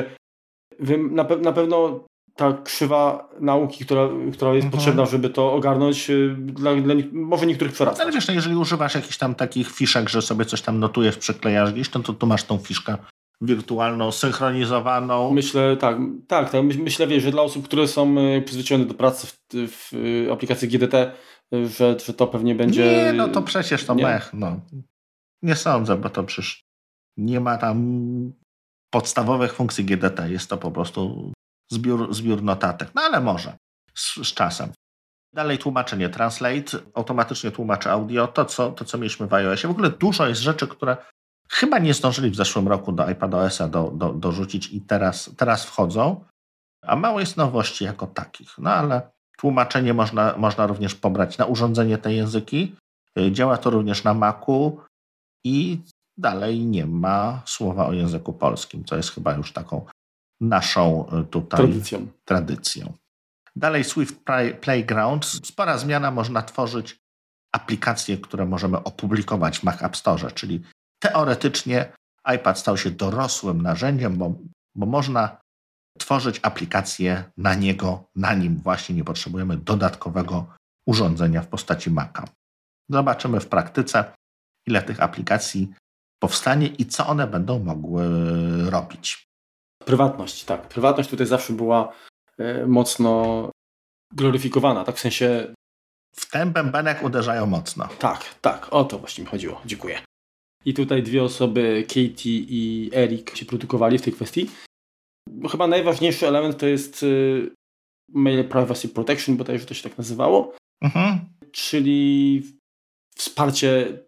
na pewno ta krzywa nauki, która jest potrzebna, żeby to ogarnąć, dla może niektórych przerasta. Ale wiesz, jeżeli używasz jakichś tam takich fiszek, że sobie coś tam notujesz, przyklejasz gdzieś, to tu masz tą fiszkę wirtualną, synchronizowaną. Myślę, tak. Myślę, wiesz, że dla osób, które są przyzwyczajone do pracy w aplikacji GDT, że to pewnie będzie... Nie, no to przecież to mech, no. Nie sądzę, bo to przecież nie ma tam podstawowych funkcji GDT. Jest to po prostu zbiór notatek. No ale może z czasem. Dalej tłumaczenie. Translate automatycznie tłumaczy audio. To, co mieliśmy w iOSie. W ogóle dużo jest rzeczy, które chyba nie zdążyli w zeszłym roku do iPadOS-a dorzucić i teraz wchodzą. A mało jest nowości jako takich. No ale tłumaczenie można również pobrać na urządzenie te języki. Działa to również na Macu i dalej nie ma słowa o języku polskim, co jest chyba już taką naszą tutaj tradycją. Dalej Swift Playground. Spora zmiana, można tworzyć aplikacje, które możemy opublikować w Mac App Store, czyli teoretycznie iPad stał się dorosłym narzędziem, bo można tworzyć aplikacje na nim właśnie, nie potrzebujemy dodatkowego urządzenia w postaci Maca. Zobaczymy w praktyce, ile tych aplikacji powstanie i co one będą mogły robić. Prywatność, tak. Prywatność tutaj zawsze była mocno gloryfikowana, tak w sensie... W ten bębenek uderzają mocno. Tak, o to właśnie mi chodziło. Dziękuję. I tutaj dwie osoby, Katie i Eric, się produkowali w tej kwestii. chyba najważniejszy element to jest Mail Privacy Protection, bodajże to się tak nazywało, czyli wsparcie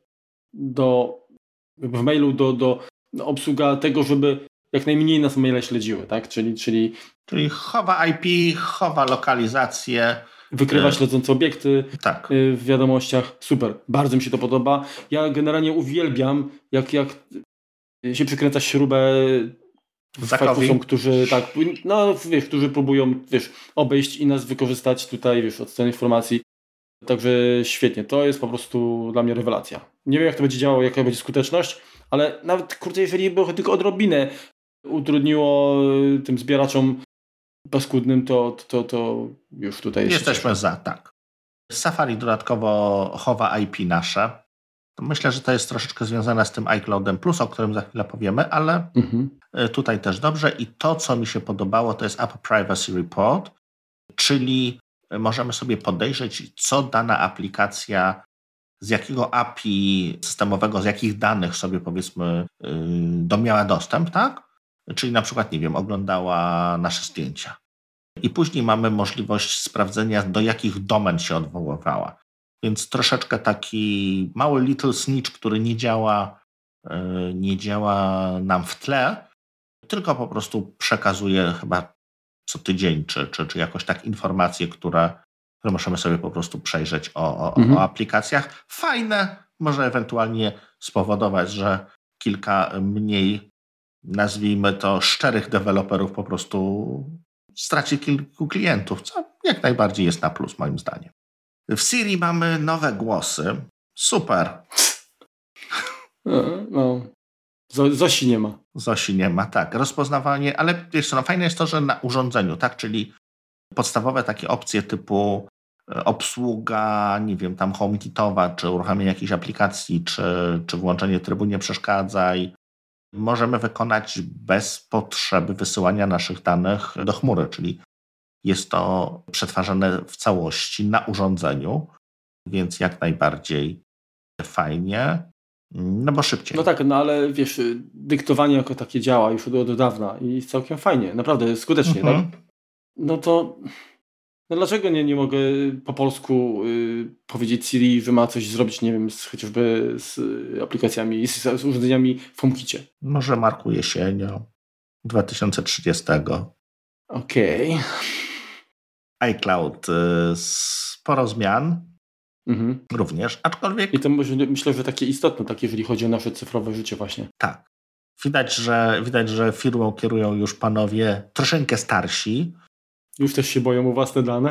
w mailu do obsługa tego, żeby jak najmniej nas maile śledziły, tak? Czyli chowa IP, chowa lokalizację. Wykrywa śledzące obiekty w wiadomościach. Super, bardzo mi się to podoba. Ja generalnie uwielbiam, jak się przykręca śrubę Firefoxom, którzy którzy próbują obejść i nas wykorzystać tutaj, od strony informacji. Także świetnie. To jest po prostu dla mnie rewelacja. Nie wiem, jak to będzie działało, jaka będzie skuteczność, ale nawet, jeżeli by tylko odrobinę utrudniło tym zbieraczom paskudnym, to już tutaj jesteśmy za, tak. Safari dodatkowo chowa IP nasze. Myślę, że to jest troszeczkę związane z tym iCloudem Plus, o którym za chwilę powiemy, ale tutaj też dobrze. I to, co mi się podobało, to jest App Privacy Report, czyli możemy sobie podejrzeć, co dana aplikacja, z jakiego API systemowego, z jakich danych sobie, powiedzmy, miała dostęp, tak? Czyli na przykład, nie wiem, oglądała nasze zdjęcia. I później mamy możliwość sprawdzenia, do jakich domen się odwoływała. Więc troszeczkę taki mały little snitch, który nie działa nam w tle, tylko po prostu przekazuje chyba co tydzień, czy jakoś tak informacje, które możemy sobie po prostu przejrzeć o aplikacjach. Fajne, może ewentualnie spowodować, że kilka mniej, nazwijmy to, szczerych deweloperów po prostu straci kilku klientów, co jak najbardziej jest na plus, moim zdaniem. W Siri mamy nowe głosy. Super. No. Zosi nie ma. Zosi nie ma, tak. Rozpoznawanie, ale wiesz co, fajne jest to, że na urządzeniu, tak, czyli podstawowe takie opcje typu obsługa, nie wiem, tam HomeKitowa, czy uruchamianie jakiejś aplikacji, czy włączenie trybu nie przeszkadzaj, możemy wykonać bez potrzeby wysyłania naszych danych do chmury, czyli jest to przetwarzane w całości na urządzeniu, więc jak najbardziej fajnie, no bo szybciej. No tak, no ale wiesz, dyktowanie jako takie działa już od dawna i całkiem fajnie, naprawdę skutecznie, tak? No to dlaczego nie mogę po polsku powiedzieć Siri, że ma coś zrobić, nie wiem, chociażby z aplikacjami, z urządzeniami w HomeKicie? Może marku jesienią 2030. Okej. iCloud, sporo zmian również, aczkolwiek... I to myślę, że takie istotne, tak jeżeli chodzi o nasze cyfrowe życie właśnie. Tak. Widać, że firmą kierują już panowie troszeczkę starsi. Już też się boją o własne dane.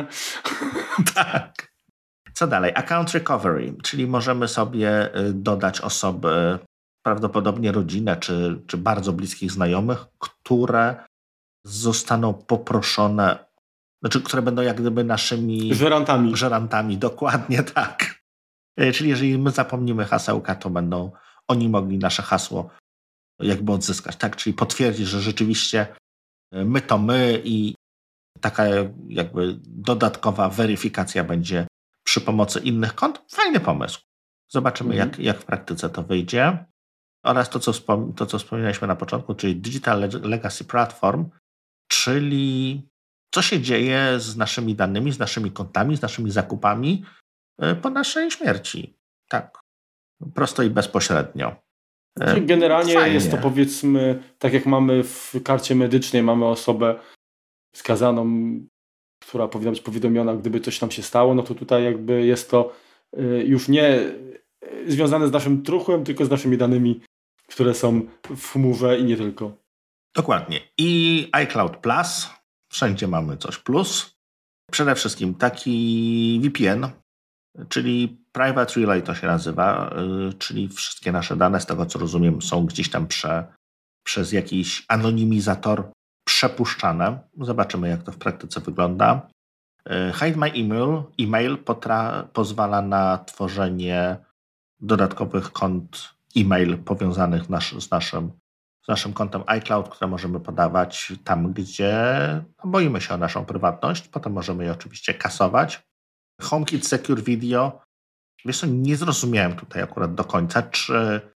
Tak. Co dalej? Account recovery, czyli możemy sobie dodać osoby, prawdopodobnie rodzinę, czy bardzo bliskich znajomych, które zostaną poproszone, znaczy, które będą jak gdyby naszymi... Żerantami, dokładnie tak. Czyli jeżeli my zapomnimy hasełka, to będą oni mogli nasze hasło jakby odzyskać, tak? Czyli potwierdzić, że rzeczywiście my to my i taka jakby dodatkowa weryfikacja będzie przy pomocy innych kont. Fajny pomysł. Zobaczymy, jak w praktyce to wyjdzie. Oraz to, co wspominaliśmy na początku, czyli Digital Legacy Platform, czyli co się dzieje z naszymi danymi, z naszymi kontami, z naszymi zakupami po naszej śmierci. Tak. Prosto i bezpośrednio. Generalnie fajnie. Jest to, powiedzmy, tak jak mamy w karcie medycznej, mamy osobę skazaną, która powinna być powiadomiona, gdyby coś nam się stało, no to tutaj jakby jest to już nie związane z naszym truchłem, tylko z naszymi danymi, które są w chmurze i nie tylko. Dokładnie. I iCloud Plus, wszędzie mamy coś plus. Przede wszystkim taki VPN, czyli Private Relay to się nazywa, czyli wszystkie nasze dane, z tego co rozumiem, są gdzieś tam przez jakiś anonimizator przepuszczane. Zobaczymy, jak to w praktyce wygląda. Hide My Email pozwala na tworzenie dodatkowych kont e-mail powiązanych z naszym kontem iCloud, które możemy podawać tam, gdzie boimy się o naszą prywatność. Potem możemy je oczywiście kasować. HomeKit Secure Video. Wiesz co, nie zrozumiałem tutaj akurat do końca, czy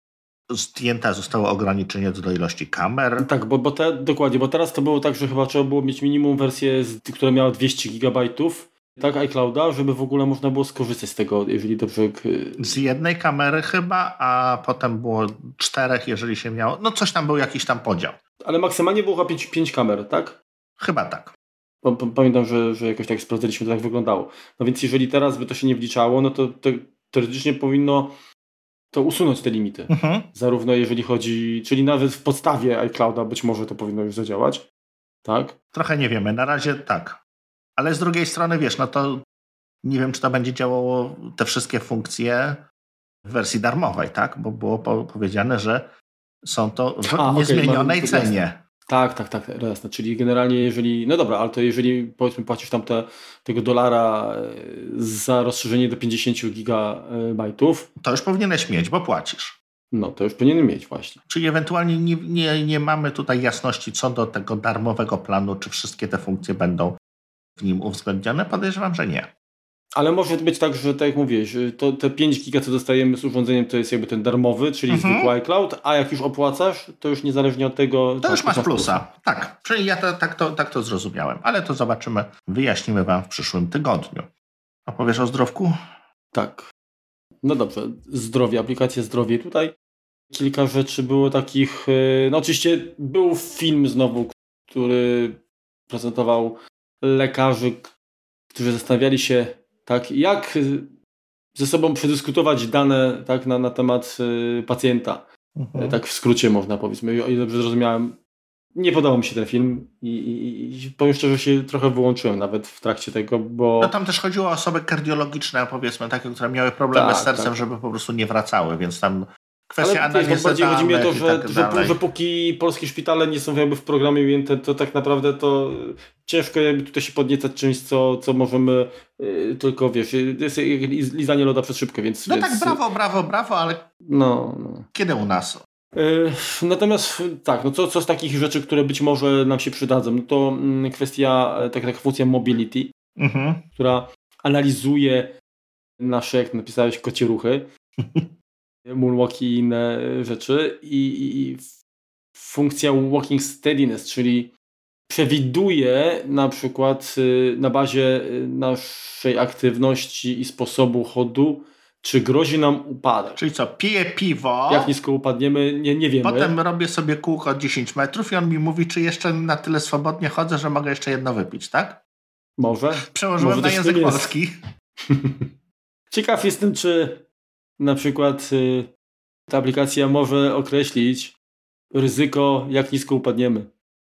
zdjęte zostało ograniczenie do ilości kamer. Tak, dokładnie, bo teraz to było tak, że chyba trzeba było mieć minimum wersję, która miała 200 GB, tak, iClouda, żeby w ogóle można było skorzystać z tego, jeżeli dobrze... Z jednej kamery chyba, a potem było 4, jeżeli się miało... No coś tam był jakiś tam podział. Ale maksymalnie było chyba 5 kamer, tak? Chyba tak. Pamiętam, że jakoś tak sprawdzaliśmy, to tak wyglądało. No więc jeżeli teraz by to się nie wliczało, no to teoretycznie powinno to usunąć te limity. Zarówno jeżeli chodzi, czyli nawet w podstawie iClouda być może to powinno już zadziałać. Tak? Trochę nie wiemy, na razie tak. Ale z drugiej strony, wiesz, no to nie wiem, czy to będzie działało te wszystkie funkcje w wersji darmowej, tak? Bo było powiedziane, że są to w niezmienionej cenie. Tak, jasne. Czyli generalnie jeżeli, no dobra, ale to jeżeli powiedzmy płacisz tam tego dolara za rozszerzenie do 50 gigabajtów, to już powinieneś mieć, bo płacisz. No, to już powinien mieć właśnie. Czyli ewentualnie nie mamy tutaj jasności co do tego darmowego planu, czy wszystkie te funkcje będą w nim uwzględnione. Podejrzewam, że nie. Ale może być tak, że tak jak mówiłeś, to te 5 giga, co dostajemy z urządzeniem, to jest jakby ten darmowy, czyli zwykły iCloud, a jak już opłacasz, to już niezależnie od tego... To już masz plusa. Tak, czyli ja tak to zrozumiałem. Ale to zobaczymy, wyjaśnimy wam w przyszłym tygodniu. Opowiesz o zdrowku? Tak. No dobrze, zdrowie, aplikacja zdrowie. Tutaj kilka rzeczy było takich... No oczywiście był film znowu, który prezentował lekarzy, którzy zastanawiali się, tak, jak ze sobą przedyskutować dane, tak, na temat pacjenta. Tak w skrócie można powiedzmy. O ile dobrze zrozumiałem, nie podobał mi się ten film i powiem szczerze, że się trochę wyłączyłem nawet w trakcie tego, bo... No tam też chodziło o osoby kardiologiczne, powiedzmy, takie, które miały problemy z sercem, żeby po prostu nie wracały, więc tam kwestia analizy bardziej chodzi mi o to, że póki polskie szpitale nie są jakby w programie ujęte, to tak naprawdę to ciężko jakby tutaj się podniecać czymś, co możemy tylko, wiesz, jest lizanie loda przez szybkę, więc... No tak, brawo, ale no. Kiedy u nas? Natomiast tak, no co z takich rzeczy, które być może nam się przydadzą, no to kwestia, taka funkcja mobility, która analizuje nasze, jak napisałeś, kocie ruchy, moonwalki i inne rzeczy i funkcja walking steadiness, czyli przewiduje na przykład na bazie naszej aktywności i sposobu chodu, czy grozi nam upadek. Czyli co, piję piwo. Jak nisko upadniemy, nie wiemy. Potem robię sobie kółko 10 metrów i on mi mówi, czy jeszcze na tyle swobodnie chodzę, że mogę jeszcze jedno wypić, tak? Może. Przełożyłem na język polski. Ciekaw jestem, czy na przykład ta aplikacja może określić ryzyko, jak nisko upadniemy.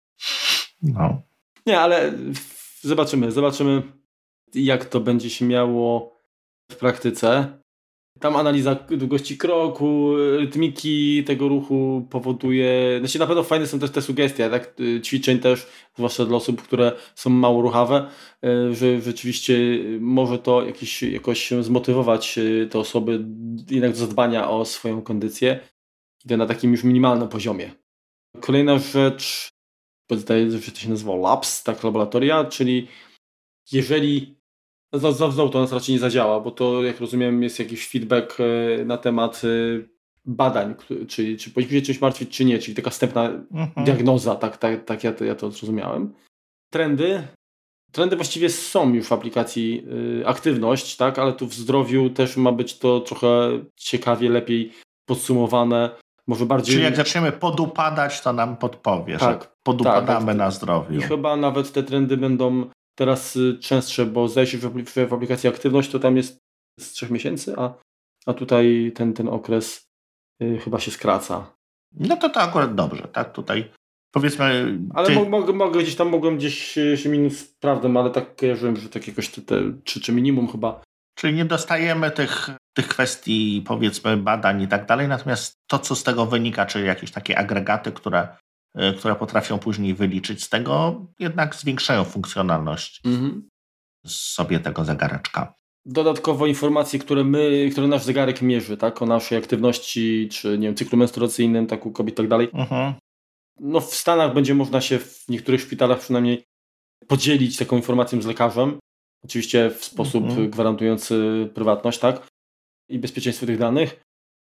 No. Nie, ale zobaczymy, jak to będzie się miało w praktyce. Tam analiza długości kroku, rytmiki tego ruchu powoduje... Znaczy na pewno fajne są też te sugestie, tak? Ćwiczeń też, zwłaszcza dla osób, które są mało ruchawe, że rzeczywiście może to jakoś zmotywować te osoby jednak do zadbania o swoją kondycję i to na takim już minimalnym poziomie. Kolejna rzecz, zdaje się, że to się nazywa labs, tak, laboratoria, czyli jeżeli znowu to nas raczej nie zadziała, bo to, jak rozumiem, jest jakiś feedback na temat badań, czy powinniśmy się czymś martwić, czy nie, czyli taka wstępna diagnoza, tak ja to zrozumiałem. Trendy właściwie są już w aplikacji aktywność, tak, ale tu w zdrowiu też ma być to trochę ciekawie, lepiej podsumowane, może bardziej... Czyli jak zaczniemy podupadać, to nam podpowie, tak, że podupadamy na zdrowiu. I chyba nawet te trendy będą teraz częstsze, bo zdaje się, że w aplikacji aktywność to tam jest z 3 miesięcy, a tutaj ten okres chyba się skraca. No to akurat dobrze, tak? Tutaj powiedzmy... Ale mogłem gdzieś się minus sprawdzam, ale tak kojarzyłem, że tak jakoś czy minimum chyba. Czyli nie dostajemy tych kwestii, powiedzmy, badań i tak dalej, natomiast to, co z tego wynika, czyli jakieś takie agregaty, które potrafią później wyliczyć z tego, jednak zwiększają funkcjonalność sobie tego zegareczka. Dodatkowo informacje, które nasz zegarek mierzy, tak, o naszej aktywności, czy nie wiem, cyklu menstruacyjnym, tak, u kobiet i tak dalej. No w Stanach będzie można się w niektórych szpitalach przynajmniej podzielić taką informacją z lekarzem. Oczywiście w sposób gwarantujący prywatność, tak, i bezpieczeństwo tych danych.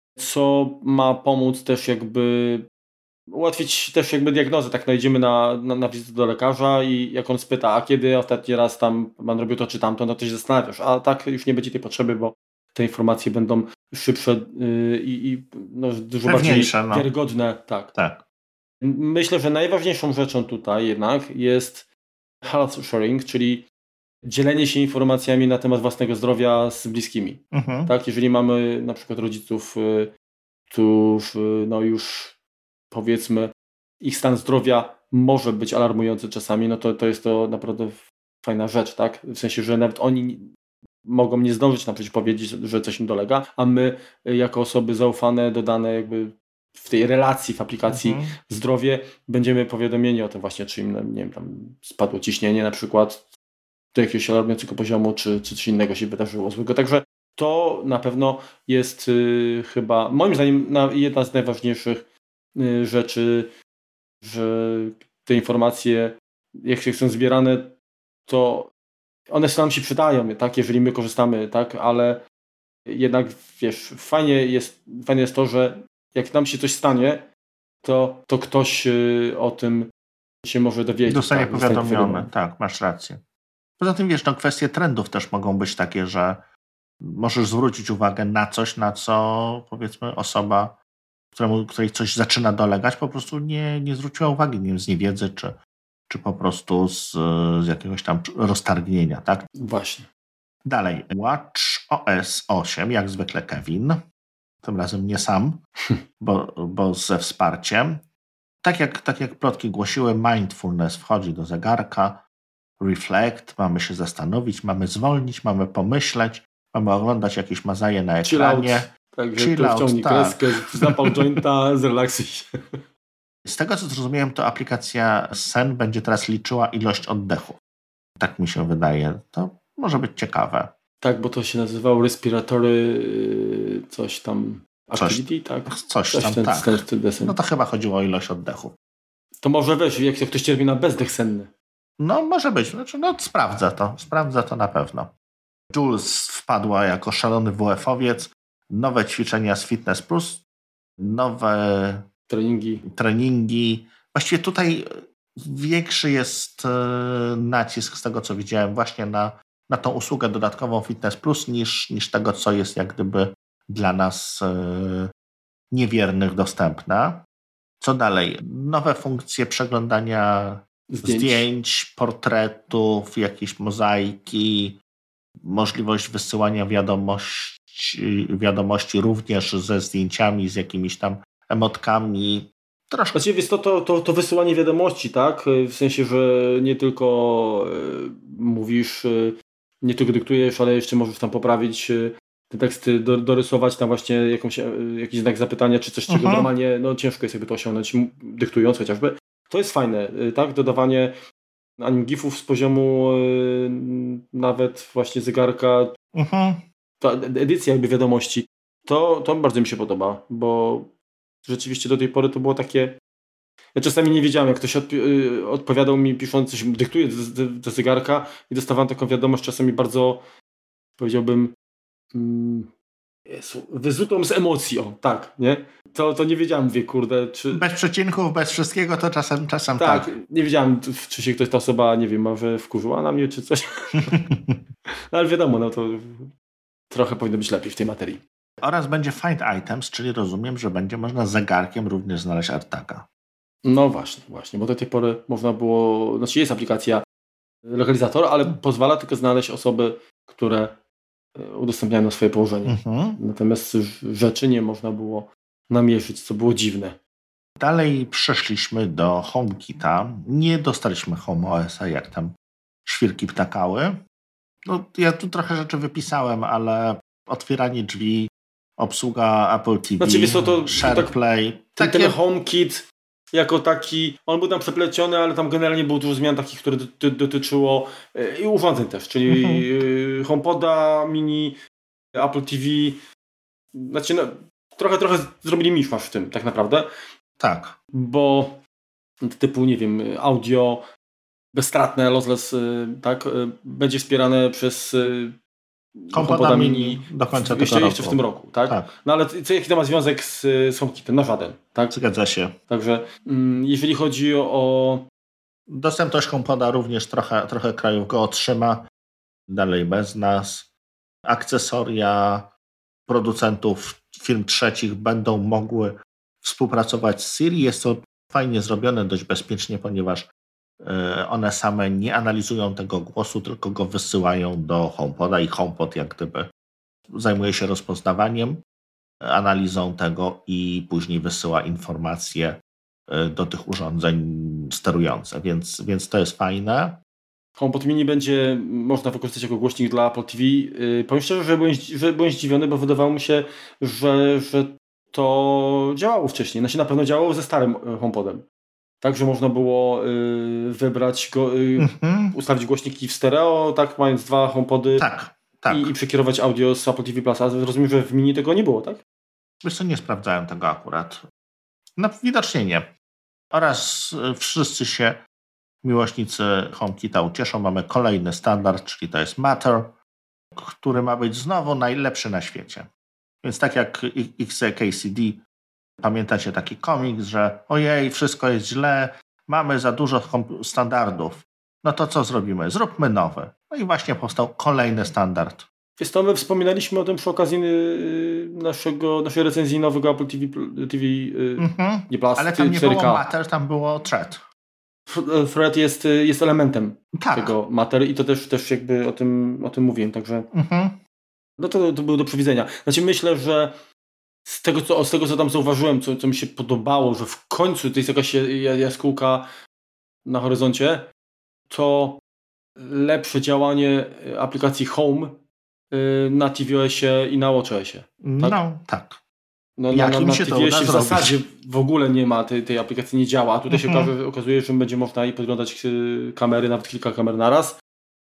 co ma pomóc też jakby ułatwić też jakby diagnozę. Tak, no idziemy na wizytę do lekarza i jak on spyta, a kiedy ostatni raz tam pan robił to czy tamto, no to się zastanawiasz, a tak już nie będzie tej potrzeby, bo te informacje będą szybsze i no, dużo bardziej wiarygodne. Tak. Myślę, że najważniejszą rzeczą tutaj jednak jest health sharing, czyli dzielenie się informacjami na temat własnego zdrowia z bliskimi. Tak, jeżeli mamy na przykład rodziców, którzy no już powiedzmy ich stan zdrowia może być alarmujący czasami, no to jest to naprawdę fajna rzecz, tak? W sensie, że nawet oni mogą nie zdążyć nam przecież powiedzieć, że coś im dolega, a my jako osoby zaufane, dodane jakby w tej relacji, w aplikacji zdrowie, będziemy powiadomieni o tym właśnie, czy im, nie wiem, tam spadło ciśnienie na przykład do jakiegoś alarmującego poziomu, czy coś innego się wydarzyło złego. Także to na pewno jest chyba, moim zdaniem, jedna z najważniejszych rzeczy, że te informacje, jak się są zbierane, to one nam się przydają, tak, jeżeli my korzystamy, tak, ale jednak, wiesz, fajnie jest to, że jak nam się coś stanie, to ktoś o tym się może dowiedzieć. Zostanie powiadomiony, tak, masz rację. Poza tym, wiesz, no kwestie trendów też mogą być takie, że możesz zwrócić uwagę na coś, na co powiedzmy osoba, której coś zaczyna dolegać, po prostu nie zwróciła uwagi, nie wiem, z niewiedzy, czy po prostu z jakiegoś tam roztargnienia, tak? Właśnie. Dalej, Watch OS 8, jak zwykle Kevin, tym razem nie sam, bo ze wsparciem. Tak jak plotki głosiły, mindfulness wchodzi do zegarka, reflect, mamy się zastanowić, mamy zwolnić, mamy pomyśleć, mamy oglądać jakieś mazaje na ekranie. Także wciągnij kreskę, zapal jointa, zrelaksuj się. Z tego co zrozumiałem, to aplikacja Sen będzie teraz liczyła ilość oddechów. Tak mi się wydaje. To może być ciekawe. Tak, bo to się nazywało respiratory coś tam activity, tak? Coś tam, tak. No to chyba chodziło o ilość oddechów. To może weź, jak ktoś cierpi na bezdech senny. No może być. Znaczy, no sprawdza to na pewno. Jules wpadła jako szalony WF-owiec. Nowe ćwiczenia z Fitness Plus. Nowe treningi. Właściwie tutaj większy jest nacisk z tego, co widziałem, właśnie na tą usługę dodatkową Fitness Plus niż tego, co jest jak gdyby dla nas niewiernych dostępna. Co dalej? Nowe funkcje przeglądania zdjęć, portretów, jakieś mozaiki, możliwość wysyłania wiadomości również ze zdjęciami, z jakimiś tam emotkami. Troszkę. Właściwie jest to wysyłanie wiadomości, tak? W sensie, że nie tylko mówisz, nie tylko dyktujesz, ale jeszcze możesz tam poprawić te teksty, dorysować tam właśnie jakiś znak zapytania, czy coś, czego normalnie ciężko jest jakby to osiągnąć, dyktując chociażby. To jest fajne, tak? Dodawanie gifów z poziomu nawet właśnie zegarka, ta edycja jakby wiadomości, to bardzo mi się podoba, bo rzeczywiście do tej pory to było takie... Ja czasami nie wiedziałem, jak ktoś odpowiadał mi pisząc coś, dyktuje do zegarka i dostawałem taką wiadomość czasami bardzo, powiedziałbym, wyzutą z emocji, tak, nie? To nie wiedziałem, mówię, kurde, czy... Bez przecinków, bez wszystkiego, to czasem tak. Nie wiedziałem, czy się ta osoba, nie wiem, może wkurzyła na mnie, czy coś. No ale wiadomo, no to trochę powinno być lepiej w tej materii. Oraz będzie Find Items, czyli rozumiem, że będzie można zegarkiem również znaleźć AirTaga. No właśnie, bo do tej pory można było, znaczy jest aplikacja lokalizator, ale pozwala tylko znaleźć osoby, które udostępniają swoje położenie. Natomiast rzeczy nie można było namierzyć, co było dziwne. Dalej przeszliśmy do HomeKita. Nie dostaliśmy Home OS-a, jak tam świrki ptakały. No, ja tu trochę rzeczy wypisałem, ale otwieranie drzwi, obsługa Apple TV, SharePlay. Ten HomeKit jako taki, on był tam przepleciony, ale tam generalnie było dużo zmian takich, które dotyczyło i urządzeń też, czyli HomePoda, mini, Apple TV. Znaczy, trochę zrobili miszmasz w tym tak naprawdę. Tak. Bo typu, nie wiem, audio bezstratne, lossless, tak, będzie wspierane przez HomePoda Mini do końca tego roku. Jeszcze w tym roku, tak? No ale jaki to ma związek z HomeKitem? No żaden, tak? Zgadza się. Także jeżeli chodzi o... Dostępność HomePoda również trochę krajów go otrzyma. Dalej bez nas. Akcesoria producentów firm trzecich będą mogły współpracować z Siri. Jest to fajnie zrobione, dość bezpiecznie, ponieważ one same nie analizują tego głosu, tylko go wysyłają do HomePoda i HomePod jak gdyby zajmuje się rozpoznawaniem, analizą tego i później wysyła informacje do tych urządzeń sterujących, więc to jest fajne. HomePod Mini będzie można wykorzystać jako głośnik dla Apple TV. Powiem szczerze, że byłem zdziwiony, bo wydawało mi się, że to działało wcześniej. Znaczy na pewno działało ze starym HomePodem. Tak, że można było wybrać go, ustawić głośniki w stereo, tak, mając 2 HomePody i przekierować audio z Apple TV Plus. A rozumiem, że w Mini tego nie było, tak? Wiesz co, nie sprawdzałem tego akurat. No widocznie nie. Oraz wszyscy się miłośnicy HomeKita ucieszą. Mamy kolejny standard, czyli to jest Matter, który ma być znowu najlepszy na świecie. Więc tak jak XKCD, pamiętacie taki komiks, że ojej, wszystko jest źle, mamy za dużo standardów. No to co zrobimy? Zróbmy nowy. No i właśnie powstał kolejny standard. Wiesz to my wspominaliśmy o tym przy okazji naszej recenzji nowego Apple TV nie Plus, ale tam nie 4K. Było Matter, tam było Thread. Thread jest elementem tego Matter i to też jakby o tym mówiłem, także no to było do przewidzenia. Znaczy myślę, że z tego co tam zauważyłem, co mi się podobało, że w końcu to jest jakaś jaskółka na horyzoncie, to lepsze działanie aplikacji Home na tvOSie i na watchOSie. Tak? No, tak. No, na tvOSie w zasadzie w ogóle nie ma, tej aplikacji nie działa, a tutaj się okazuje, że będzie można i podglądać kamery, nawet kilka kamer naraz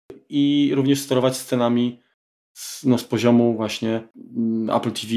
i również sterować scenami z poziomu właśnie Apple TV,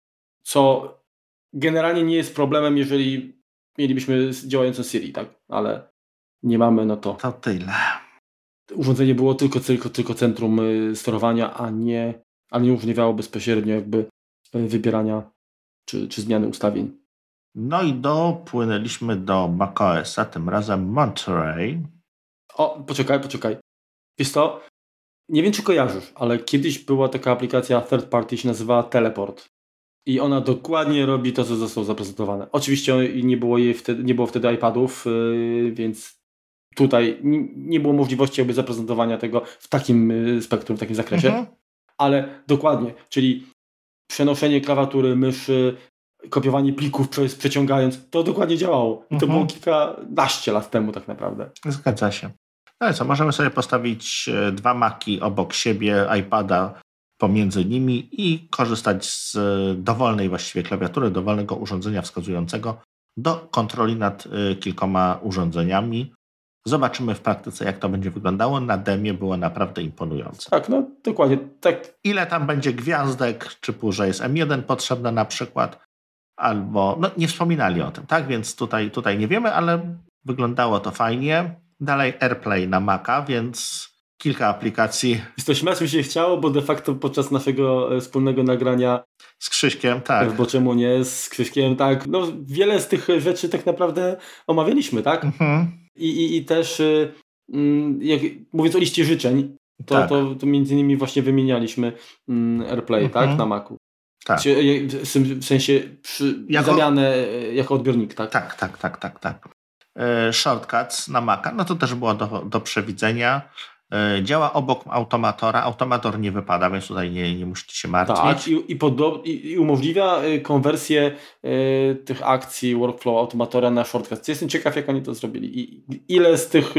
co generalnie nie jest problemem, jeżeli mielibyśmy działającą Siri, tak? Ale nie mamy, no to... To tyle. Urządzenie było tylko centrum sterowania, a nie umożliwiało bezpośrednio jakby wybierania czy zmiany ustawień. No i dopłynęliśmy do macOSa, tym razem Monterey. O, poczekaj. Wiesz co? Nie wiem, czy kojarzysz, ale kiedyś była taka aplikacja third party, się nazywała Teleport. I ona dokładnie robi to, co zostało zaprezentowane. Oczywiście nie było wtedy iPadów, więc tutaj nie było możliwości jakby zaprezentowania tego w takim spektrum, w takim zakresie. Ale dokładnie, czyli przenoszenie klawiatury, myszy, kopiowanie plików przeciągając, to dokładnie działało. I to było kilkanaście lat temu tak naprawdę. Zgadza się. No i co, możemy sobie postawić 2 Maci obok siebie, iPada pomiędzy nimi i korzystać z dowolnej właściwie klawiatury, dowolnego urządzenia wskazującego do kontroli nad kilkoma urządzeniami. Zobaczymy w praktyce, jak to będzie wyglądało. Na demie było naprawdę imponujące. Tak, no dokładnie. Tak. Ile tam będzie gwiazdek, typu, że jest M1 potrzebne na przykład, albo, no nie wspominali o tym, tak? Więc tutaj nie wiemy, ale wyglądało to fajnie. Dalej AirPlay na Maca, więc kilka aplikacji. Śmiać mi się chciało, bo de facto podczas naszego wspólnego nagrania z Krzyśkiem, tak. Bo czemu nie? Z Krzyśkiem, tak. No wiele z tych rzeczy tak naprawdę omawialiśmy, tak? I też mówiąc o liście życzeń, to między innymi właśnie wymienialiśmy AirPlay, tak? Na Macu. Tak. W sensie zamianę jako odbiornik, tak? Tak. Shortcuts na Maca, no to też było do przewidzenia. Działa obok Automatora. Automator nie wypada, więc tutaj nie musicie się martwić. Tak, i umożliwia konwersję tych akcji workflow Automatora na Shortcuts. Jestem ciekaw, jak oni to zrobili. I ile z tych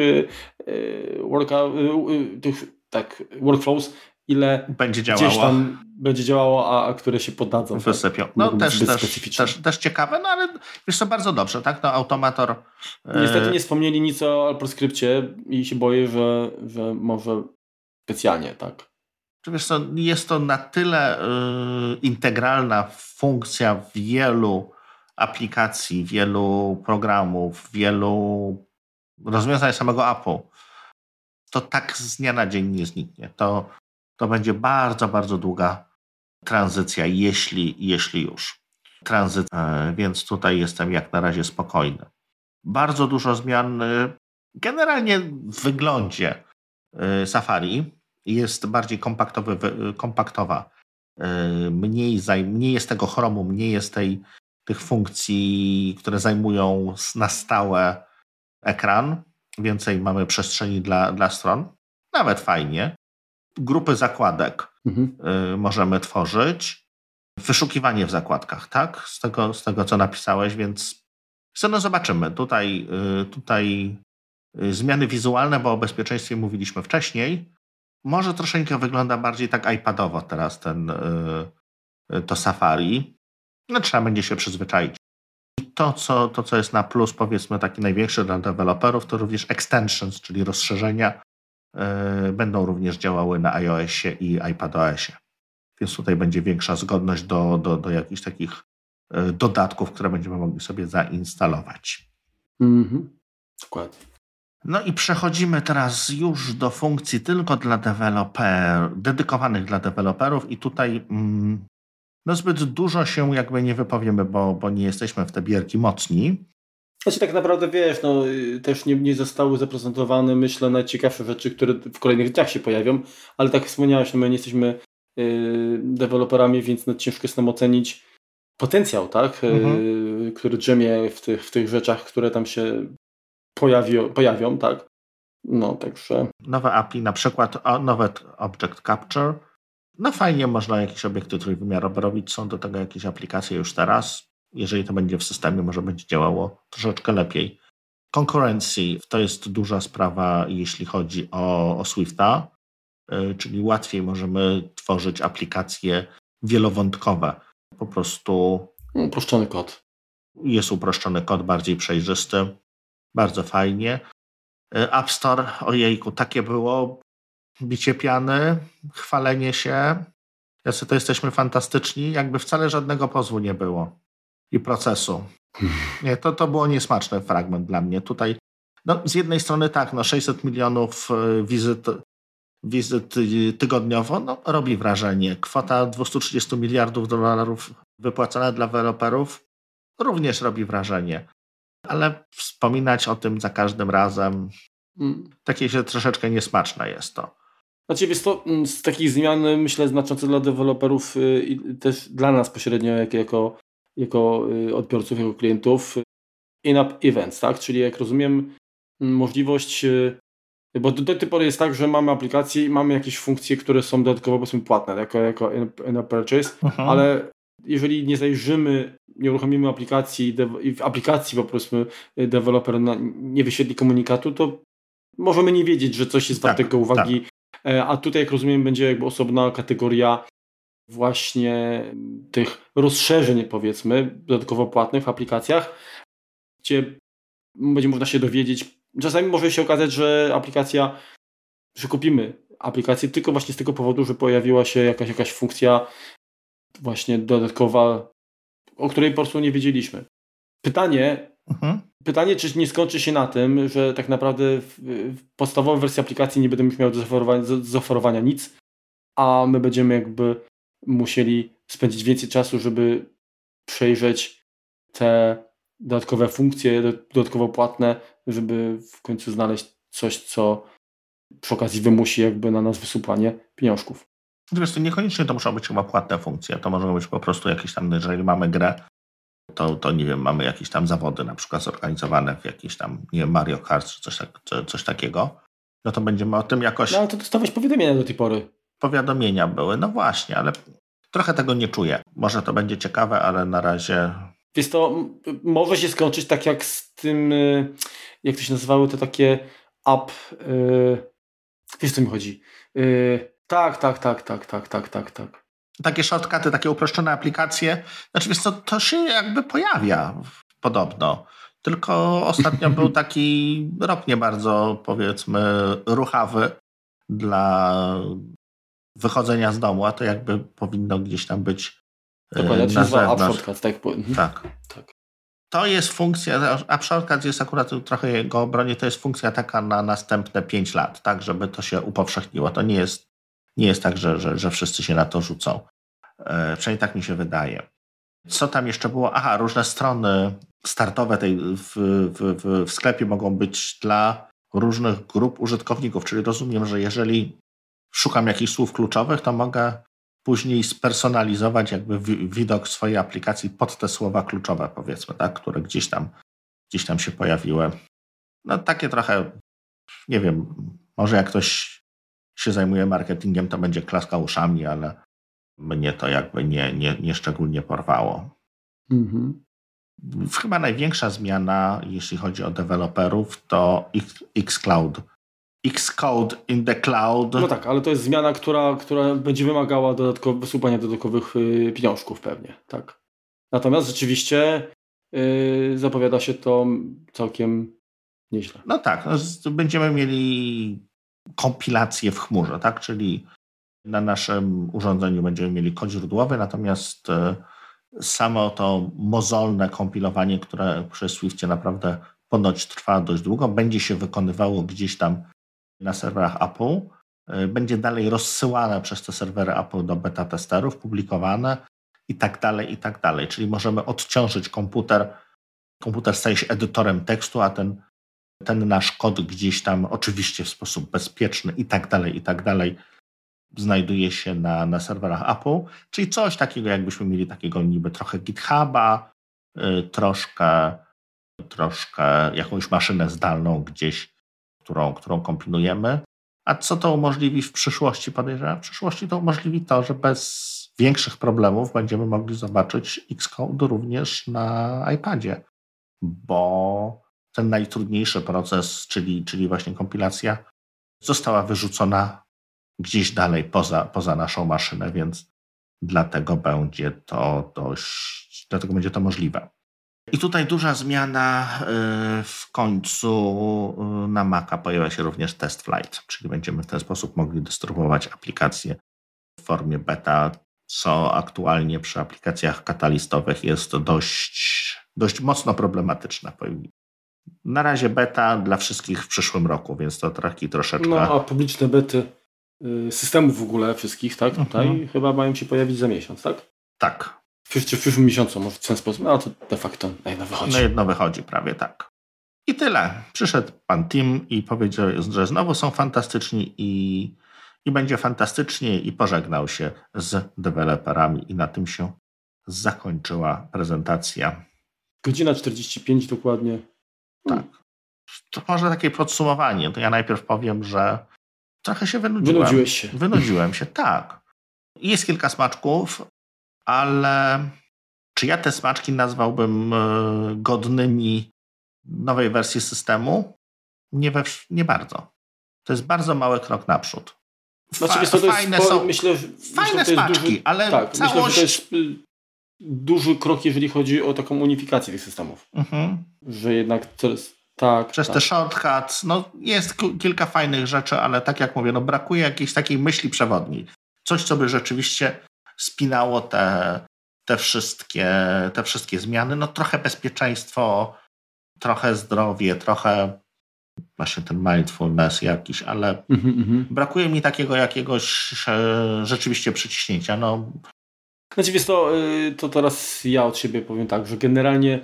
workflows, ile będzie działało. Gdzieś tam będzie działało, a które się poddadzą. Wysypią. No też ciekawe, no ale wiesz co, bardzo dobrze, tak? No Automator... Niestety nie wspomnieli nic o AppleScriptie i się boję, że może specjalnie, tak? Wiesz co, jest to na tyle integralna funkcja wielu aplikacji, wielu programów, wielu rozwiązań samego Apple. To tak z dnia na dzień nie zniknie. To to będzie bardzo, bardzo długa tranzycja, jeśli już. Więc tutaj jestem jak na razie spokojny. Bardzo dużo zmian generalnie w wyglądzie Safari. Jest bardziej kompaktowa. Mniej jest tego chromu, mniej jest tych funkcji, które zajmują na stałe ekran. Więcej mamy przestrzeni dla stron. Nawet fajnie. Grupy zakładek możemy tworzyć. Wyszukiwanie w zakładkach, tak? Z tego co napisałeś, więc zobaczymy. Tutaj zmiany wizualne, bo o bezpieczeństwie mówiliśmy wcześniej. Może troszeczkę wygląda bardziej tak iPadowo teraz to Safari. No, trzeba będzie się przyzwyczaić. I to, co jest na plus, powiedzmy taki największy dla deweloperów, to również extensions, czyli rozszerzenia, będą również działały na iOSie i iPadOSie. Więc tutaj będzie większa zgodność do jakichś takich dodatków, które będziemy mogli sobie zainstalować. Dokładnie. No i przechodzimy teraz już do funkcji tylko dla dedykowanych dla deweloperów i tutaj zbyt dużo się jakby nie wypowiemy, bo nie jesteśmy w te bierki mocni. Znaczy tak naprawdę wiesz, też nie zostały zaprezentowane, myślę, najciekawsze rzeczy, które w kolejnych dniach się pojawią, ale tak jak wspomniałeś, my nie jesteśmy deweloperami, więc ciężko jest nam ocenić potencjał, tak? Który drzemie w tych rzeczach, które tam się pojawią, tak? No, także... Nowe API, na przykład nowe Object Capture. No fajnie, można jakieś obiekty trójwymiarowe robić, są do tego jakieś aplikacje już teraz. Jeżeli to będzie w systemie, może będzie działało troszeczkę lepiej. Concurrency to jest duża sprawa, jeśli chodzi o Swifta, czyli łatwiej możemy tworzyć aplikacje wielowątkowe. Po prostu... Uproszczony kod. Jest uproszczony kod, bardziej przejrzysty. Bardzo fajnie. App Store, ojejku, takie było bicie piany, chwalenie się. Jacy to jesteśmy fantastyczni, jakby wcale żadnego pozwu nie było i procesu. Nie, to było niesmaczny fragment dla mnie. Tutaj, z jednej strony tak, 600 milionów wizyt tygodniowo, robi wrażenie. Kwota 230 miliardów dolarów wypłacona dla deweloperów również robi wrażenie. Ale wspominać o tym za każdym razem, takie się troszeczkę niesmaczne jest to. Znaczy jest to z takich zmian, myślę, znaczących dla deweloperów i też dla nas pośrednio jako odbiorców, jako klientów in-app events, tak? Czyli jak rozumiem możliwość, bo do tej pory jest tak, że mamy aplikacje i mamy jakieś funkcje, które są dodatkowo powiedzmy płatne, jako in-app purchase, ale jeżeli nie uruchomimy aplikacji i w aplikacji po prostu deweloper nie wyświetli komunikatu, to możemy nie wiedzieć, że coś jest wartego uwagi. Tak. A tutaj, jak rozumiem, będzie jakby osobna kategoria właśnie tych rozszerzeń, powiedzmy, dodatkowo płatnych w aplikacjach, gdzie będzie można się dowiedzieć. Czasami może się okazać, że kupimy aplikację tylko właśnie z tego powodu, że pojawiła się jakaś funkcja właśnie dodatkowa, o której po prostu nie wiedzieliśmy. Pytanie, czy nie skończy się na tym, że tak naprawdę w podstawowej wersji aplikacji nie będziemy miał do zaoferowania nic, a my będziemy jakby musieli spędzić więcej czasu, żeby przejrzeć te dodatkowe funkcje, dodatkowo płatne, żeby w końcu znaleźć coś, co przy okazji wymusi jakby na nas wysupłanie pieniążków. Wiesz, to niekoniecznie to muszą być chyba płatne funkcje, to może być po prostu jakieś tam, jeżeli mamy grę, to nie wiem, mamy jakieś tam zawody na przykład zorganizowane w jakieś tam, nie wiem, Mario Kart czy coś takiego, no to będziemy o tym jakoś... No ale to dostałeś powiadomienia do tej pory. Powiadomienia były, no właśnie, ale trochę tego nie czuję. Może to będzie ciekawe, ale na razie... Wiesz, to może się skończyć tak jak z tym, jak to się nazywały te takie app... Wiesz, co mi chodzi? Tak. Takie shortcuty, takie uproszczone aplikacje. Znaczy, wiesz co, to się jakby pojawia podobno. Tylko ostatnio był taki rok nie bardzo, powiedzmy, ruchawy dla wychodzenia z domu, a to jakby powinno gdzieś tam być dokładnie, to się nazywa App Shortcuts. Tak. To jest funkcja, App Shortcuts jest akurat trochę jego obronie, to jest funkcja taka na następne 5 lat, tak, żeby to się upowszechniło. To nie jest Nie jest tak, że wszyscy się na to rzucą. Przynajmniej tak mi się wydaje. Co tam jeszcze było? Aha, różne strony startowe w sklepie mogą być dla różnych grup użytkowników, czyli rozumiem, że jeżeli szukam jakichś słów kluczowych, to mogę później spersonalizować jakby widok swojej aplikacji pod te słowa kluczowe, powiedzmy, tak, które gdzieś tam się pojawiły. No takie trochę, nie wiem, może jak ktoś się zajmuje marketingiem, to będzie klaskał uszami, ale mnie to jakby nie szczególnie porwało. Mhm. Chyba największa zmiana, jeśli chodzi o deweloperów, to Xcloud. Xcode in the cloud. No tak, ale to jest zmiana, która będzie wymagała wysłupania dodatkowych pieniążków pewnie, tak. Natomiast rzeczywiście zapowiada się to całkiem nieźle. No tak, będziemy mieli kompilację w chmurze, tak? Czyli na naszym urządzeniu będziemy mieli kod źródłowy, natomiast samo to mozolne kompilowanie, które przy Swiftie naprawdę ponoć trwa dość długo, będzie się wykonywało gdzieś tam na serwerach Apple, będzie dalej rozsyłane przez te serwery Apple do beta testerów, publikowane i tak dalej. Czyli możemy odciążyć komputer. Komputer staje się edytorem tekstu, a ten nasz kod gdzieś tam oczywiście w sposób bezpieczny i tak dalej znajduje się na serwerach Apple, czyli coś takiego, jakbyśmy mieli takiego niby trochę GitHuba, troszkę jakąś maszynę zdalną gdzieś, którą kompilujemy. A co to umożliwi w przyszłości? Podejrzewam, w przyszłości to umożliwi to, że bez większych problemów będziemy mogli zobaczyć Xcode również na iPadzie, bo ten najtrudniejszy proces, czyli właśnie kompilacja, została wyrzucona gdzieś dalej poza naszą maszynę, więc dlatego będzie to możliwe. I tutaj duża zmiana w końcu na Maca pojawia się również TestFlight, czyli będziemy w ten sposób mogli dystrybuować aplikacje w formie beta, co aktualnie przy aplikacjach katalistowych jest dość mocno problematyczne. Na razie beta dla wszystkich w przyszłym roku, więc to taki troszeczkę... No a publiczne bety systemów w ogóle wszystkich, tak? Tutaj chyba mają się pojawić za miesiąc, tak? Tak. W przyszłym miesiącu, może w ten sposób, no to de facto na jedno wychodzi. Na jedno wychodzi, prawie tak. I tyle. Przyszedł pan Tim i powiedział, że znowu są fantastyczni i będzie fantastycznie i pożegnał się z deweloperami i na tym się zakończyła prezentacja. Godzina 45 dokładnie. Tak. To może takie podsumowanie. To ja najpierw powiem, że trochę się wynudziłem. Wynudziłeś się. Wynudziłem się, tak. Jest kilka smaczków, ale czy ja te smaczki nazwałbym godnymi nowej wersji systemu? Nie bardzo. To jest bardzo mały krok naprzód. Fajne smaczki, ale tak, całość... Myślę, że to jest duży krok, jeżeli chodzi o taką unifikację tych systemów. Że jednak to jest... Tak, przez te shortcuts, jest kilka fajnych rzeczy, ale tak jak mówię, brakuje jakiejś takiej myśli przewodniej. Coś, co by rzeczywiście spinało te wszystkie zmiany. Trochę bezpieczeństwo, trochę zdrowie, trochę właśnie ten mindfulness jakiś, ale brakuje mi takiego jakiegoś rzeczywiście przyciśnięcia. Znaczy wiesz to teraz ja od siebie powiem tak, że generalnie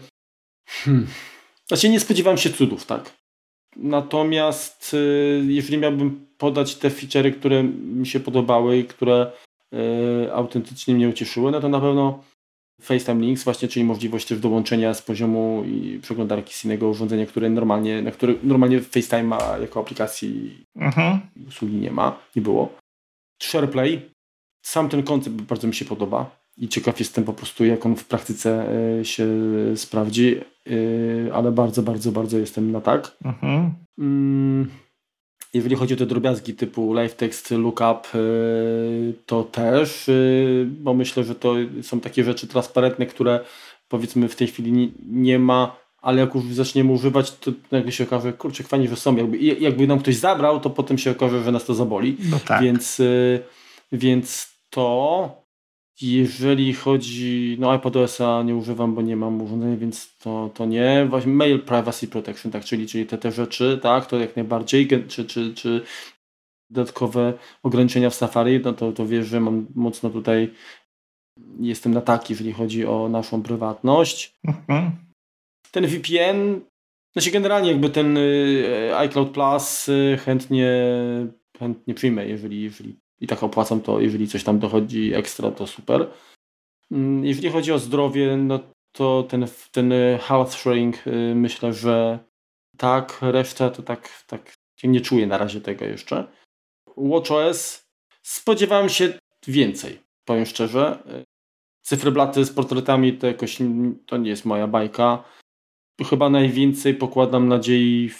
nie spodziewałem się cudów, tak? Natomiast jeżeli miałbym podać te feature'y, które mi się podobały i które autentycznie mnie ucieszyły, no to na pewno FaceTime Links właśnie, czyli możliwość też dołączenia z poziomu i przeglądarki z innego urządzenia, na które normalnie FaceTime ma jako aplikacji usługi nie było. SharePlay. Sam ten koncept bardzo mi się podoba i ciekaw jestem po prostu, jak on w praktyce się sprawdzi, ale bardzo, bardzo, bardzo jestem na tak. Jeżeli chodzi o te drobiazgi typu live text, lookup, to też, bo myślę, że to są takie rzeczy transparentne, które powiedzmy w tej chwili nie ma, ale jak już zaczniemy używać, to nagle się okaże, kurczę, fajnie, że są. Jakby nam ktoś zabrał, to potem się okaże, że nas to zaboli. No tak. Więc to, jeżeli chodzi, iPadOS-a nie używam, bo nie mam urządzenia, więc to nie. Właśnie Mail Privacy Protection, tak, czyli te rzeczy, tak, to jak najbardziej, czy dodatkowe ograniczenia w Safari, no to wiesz, że mam mocno tutaj, jestem na tak, jeżeli chodzi o naszą prywatność. Ten VPN, znaczy generalnie jakby ten iCloud Plus chętnie przyjmę, jeżeli i tak opłacam to, jeżeli coś tam dochodzi ekstra, to super. Jeżeli chodzi o zdrowie, no to ten health sharing, myślę, że tak, reszta to tak nie czuję na razie tego jeszcze. WatchOS spodziewałem się więcej, powiem szczerze. Cyfrblaty z portretami to jakoś to nie jest moja bajka. Chyba najwięcej pokładam nadziei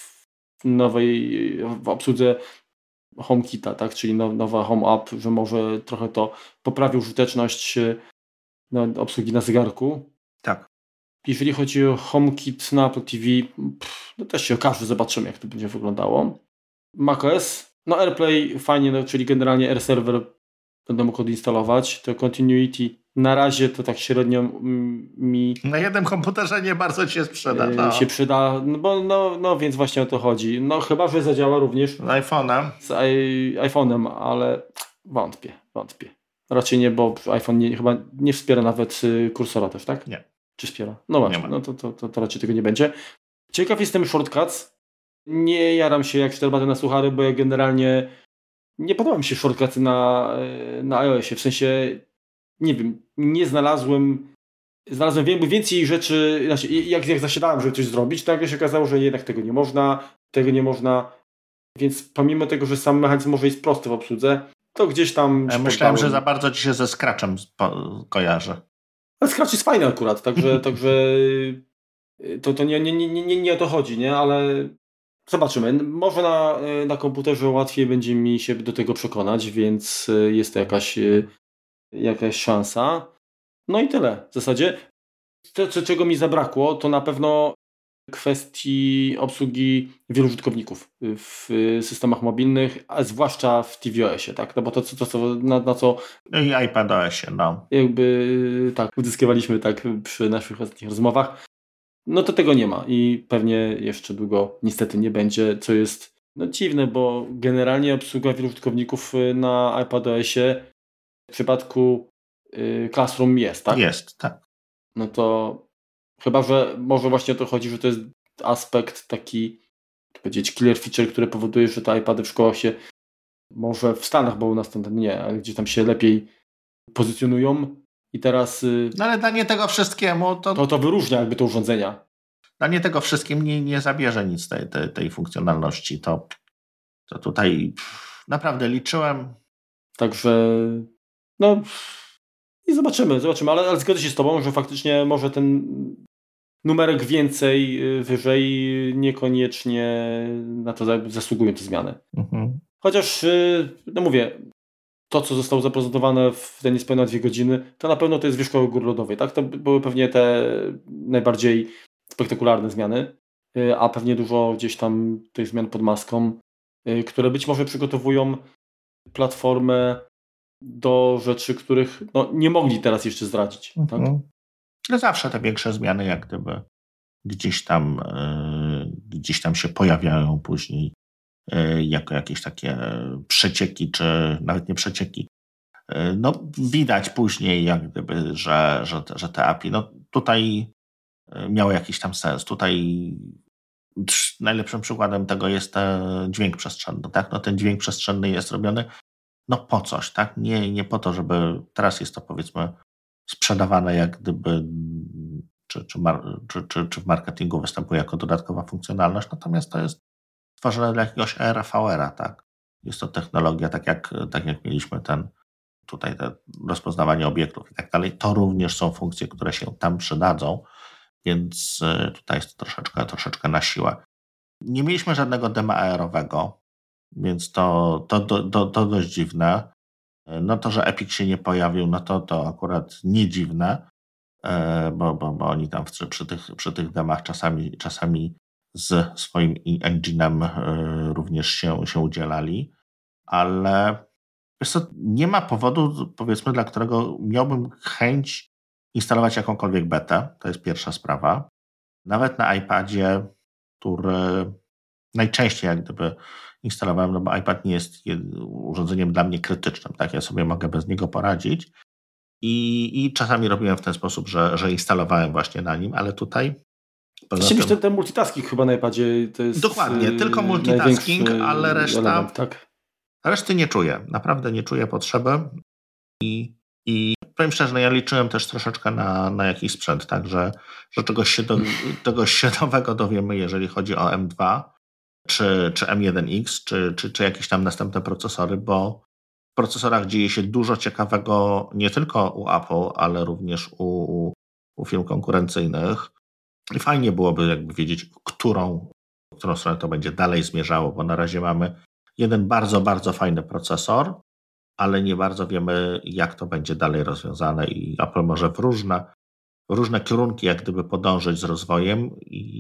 w obsłudze HomeKita, tak? Czyli nowa Home App, że może trochę to poprawi użyteczność obsługi na zegarku. Tak. Jeżeli chodzi o HomeKit na Apple TV, no też się okaże, zobaczymy jak to będzie wyglądało. macOS, no AirPlay fajnie, no, czyli generalnie AirServer będę mógł odinstalować. To Continuity na razie to tak średnio mi... Na jednym komputerze nie bardzo się sprzeda. Się przyda, no bo więc właśnie o to chodzi. No chyba, że zadziała również z iPhone'em. Z iPhone'em, ale wątpię. Raczej nie, bo iPhone chyba nie wspiera nawet kursora też, tak? Nie. Czy wspiera? No właśnie, no to raczej tego nie będzie. Ciekaw jestem shortcuts. Nie jaram się jak czterbady na suchary, bo ja generalnie nie podoba mi się shortcuty na iOSie. W sensie, nie wiem, nie znalazłem jakby więcej rzeczy, znaczy jak zasiadałem, żeby coś zrobić, to nagle się okazało, że jednak tego nie można, więc pomimo tego, że sam mechanizm może jest prosty w obsłudze, to gdzieś tam... Ja myślałem, że za bardzo ci się ze Scratchem kojarzy. Ale Scratch jest fajny akurat, także to nie o to chodzi, nie? Ale zobaczymy. Może na komputerze łatwiej będzie mi się do tego przekonać, więc jest to jakaś szansa. No i tyle w zasadzie. To, czego mi zabrakło, to na pewno kwestii obsługi wielu użytkowników w systemach mobilnych, a zwłaszcza w tvOSie, tak? No bo to na co... I iPadOSie, no. Jakby tak, uzyskiwaliśmy tak przy naszych ostatnich rozmowach. No to tego nie ma i pewnie jeszcze długo niestety nie będzie, co jest dziwne, bo generalnie obsługa wielu użytkowników na iPadOSie w przypadku Classroom jest, tak? Jest, tak. No to chyba, że może właśnie o to chodzi, że to jest aspekt taki, powiedzieć, killer feature, który powoduje, że te iPady w szkołach się może w Stanach, bo u nas to nie, ale gdzieś tam się lepiej pozycjonują i teraz... No ale danie tego wszystkiemu to wyróżnia jakby te urządzenia. Danie tego wszystkim nie zabierze nic tej funkcjonalności. To tutaj naprawdę liczyłem. Także i zobaczymy, ale zgodzę się z tobą, że faktycznie może ten numerek więcej, wyżej niekoniecznie na to zasługują te zmiany. Mhm. Chociaż, mówię, to co zostało zaprezentowane w te niespełna 2 godziny, to na pewno to jest wierzchołek góry lodowej, tak? To były pewnie te najbardziej spektakularne zmiany, a pewnie dużo gdzieś tam tych zmian pod maską, które być może przygotowują platformę do rzeczy, których nie mogli teraz jeszcze zdradzić. Tak? Ale zawsze te większe zmiany jak gdyby gdzieś tam się pojawiają później jako jakieś takie przecieki, czy nawet nie przecieki. Widać później jak gdyby, że te API tutaj miały jakiś tam sens. Tutaj najlepszym przykładem tego jest ten dźwięk przestrzenny. Tak? Ten dźwięk przestrzenny jest robiony po coś, tak? Nie po to, żeby teraz jest to powiedzmy sprzedawane jak gdyby czy w marketingu występuje jako dodatkowa funkcjonalność, natomiast to jest stworzone dla jakiegoś ERVR-a, tak? Jest to technologia, tak jak mieliśmy tutaj te rozpoznawanie obiektów i tak dalej, to również są funkcje, które się tam przydadzą, więc tutaj jest to troszeczkę na siłę. Nie mieliśmy żadnego dema AR-owego, więc to dość dziwne. To, że Epic się nie pojawił, to akurat nie dziwne, bo oni tam przy tych demach czasami z swoim engine'em również się udzielali, ale wiesz co, nie ma powodu, powiedzmy, dla którego miałbym chęć instalować jakąkolwiek betę. To jest pierwsza sprawa. Nawet na iPadzie, który najczęściej jak gdyby instalowałem, no bo iPad nie jest urządzeniem dla mnie krytycznym, tak? Ja sobie mogę bez niego poradzić i czasami robiłem w ten sposób, że instalowałem właśnie na nim, ale tutaj Właściwie ten multitasking chyba najbardziej to jest... Dokładnie, tylko multitasking, ale reszta... element, tak? Reszty nie czuję, naprawdę nie czuję potrzeby i powiem szczerze, ja liczyłem też troszeczkę na jakiś sprzęt, tak, że czegoś się nowego dowiemy, jeżeli chodzi o M2, czy M1X, czy jakieś tam następne procesory, bo w procesorach dzieje się dużo ciekawego nie tylko u Apple, ale również u firm konkurencyjnych. I fajnie byłoby jakby wiedzieć, którą stronę to będzie dalej zmierzało, bo na razie mamy jeden bardzo, bardzo fajny procesor, ale nie bardzo wiemy, jak to będzie dalej rozwiązane i Apple może w różne kierunki jak gdyby podążyć z rozwojem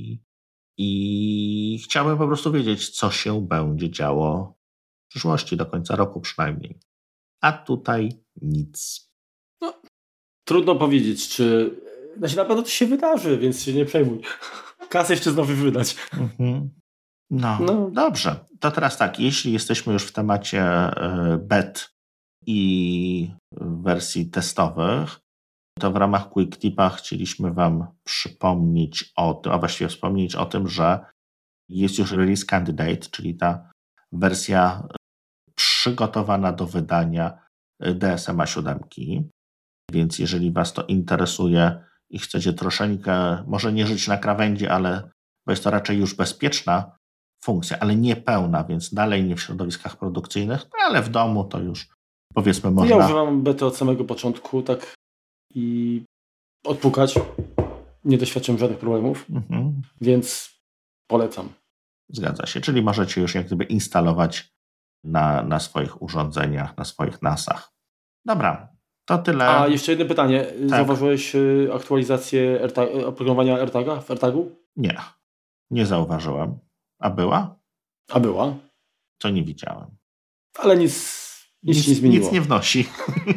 i chciałbym po prostu wiedzieć, co się będzie działo w przyszłości, do końca roku przynajmniej. A tutaj nic. No, trudno powiedzieć, czy... Znaczy na pewno to się wydarzy, więc się nie przejmuj. Kasę jeszcze znowu wydać. No, dobrze. To teraz tak, jeśli jesteśmy już w temacie bet i wersji testowych, to w ramach Quick Tipa chcieliśmy Wam przypomnieć o tym, a właściwie wspomnieć o tym, że jest już release candidate, czyli ta wersja przygotowana do wydania DSM-a 7. Więc jeżeli Was to interesuje i chcecie troszeczkę, może nie żyć na krawędzi, bo jest to raczej już bezpieczna funkcja, ale nie pełna, więc dalej nie w środowiskach produkcyjnych, ale w domu to już powiedzmy można. Ja używam bety od samego początku, tak i odpukać. Nie doświadczyłem żadnych problemów, więc polecam. Zgadza się, czyli możecie już jak gdyby instalować na swoich urządzeniach, na swoich NAS-ach. Dobra, to tyle. A jeszcze jedno pytanie. Tak. Zauważyłeś aktualizację oprogramowania AirTaga w AirTagu? Nie zauważyłem. A była? A była. To nie widziałem. Ale nic się nie zmieniło. Nic nie wnosi.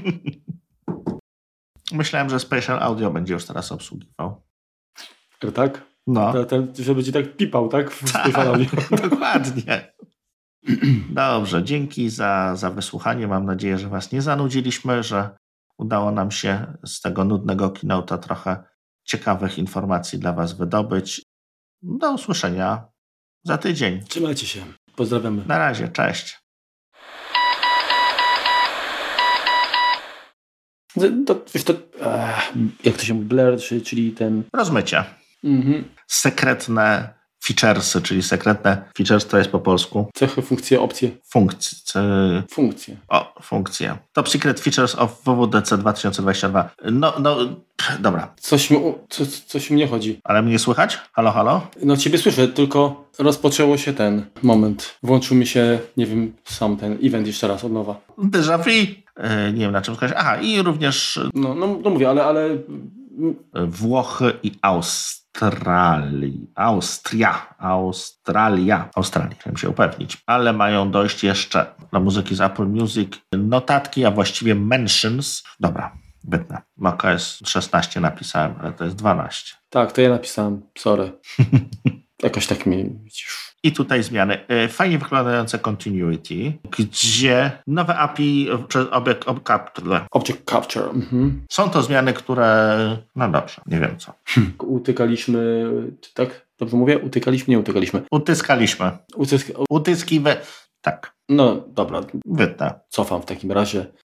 Myślałem, że Spatial Audio będzie już teraz obsługiwał. AirTag? No. Że będzie tak pipał, tak? W Spatialowi. Dokładnie. Dobrze, dzięki za wysłuchanie. Mam nadzieję, że Was nie zanudziliśmy, że udało nam się z tego nudnego keynote'a trochę ciekawych informacji dla Was wydobyć. Do usłyszenia za tydzień. Trzymajcie się. Pozdrawiamy. Na razie, cześć. Jak to się mówi? Blur, czyli ten... Rozmycie. Sekretne featuresy, czyli sekretne features to jest po polsku. Cechy, funkcje, opcje. Funkcje. Funkcje. Top Secret Features of WWDC 2022. Dobra. Coś mnie chodzi. Ale mnie słychać? Halo, halo? No ciebie słyszę, tylko rozpoczęło się ten moment. Włączył mi się, nie wiem, sam ten event jeszcze raz od nowa. Déjà vu. Nie wiem na czym skończyć. Aha, i również... No mówię, ale... Włochy i Australia. Chciałem się upewnić. Ale mają dojść jeszcze do muzyki z Apple Music notatki, a właściwie mentions. Dobra, wytnę. macOS 16 napisałem, ale to jest 12. Tak, to ja napisałem. Sorry. Jakoś tak mi... I tutaj zmiany. Fajnie wyglądające continuity, gdzie nowe API przez Object Capture. Są to zmiany, które... No dobrze, nie wiem co. Utykaliśmy... Tak? Dobrze mówię? Utykaliśmy? Nie utykaliśmy. Utyskaliśmy. Tak. No dobra. Wytnę. Cofam w takim razie.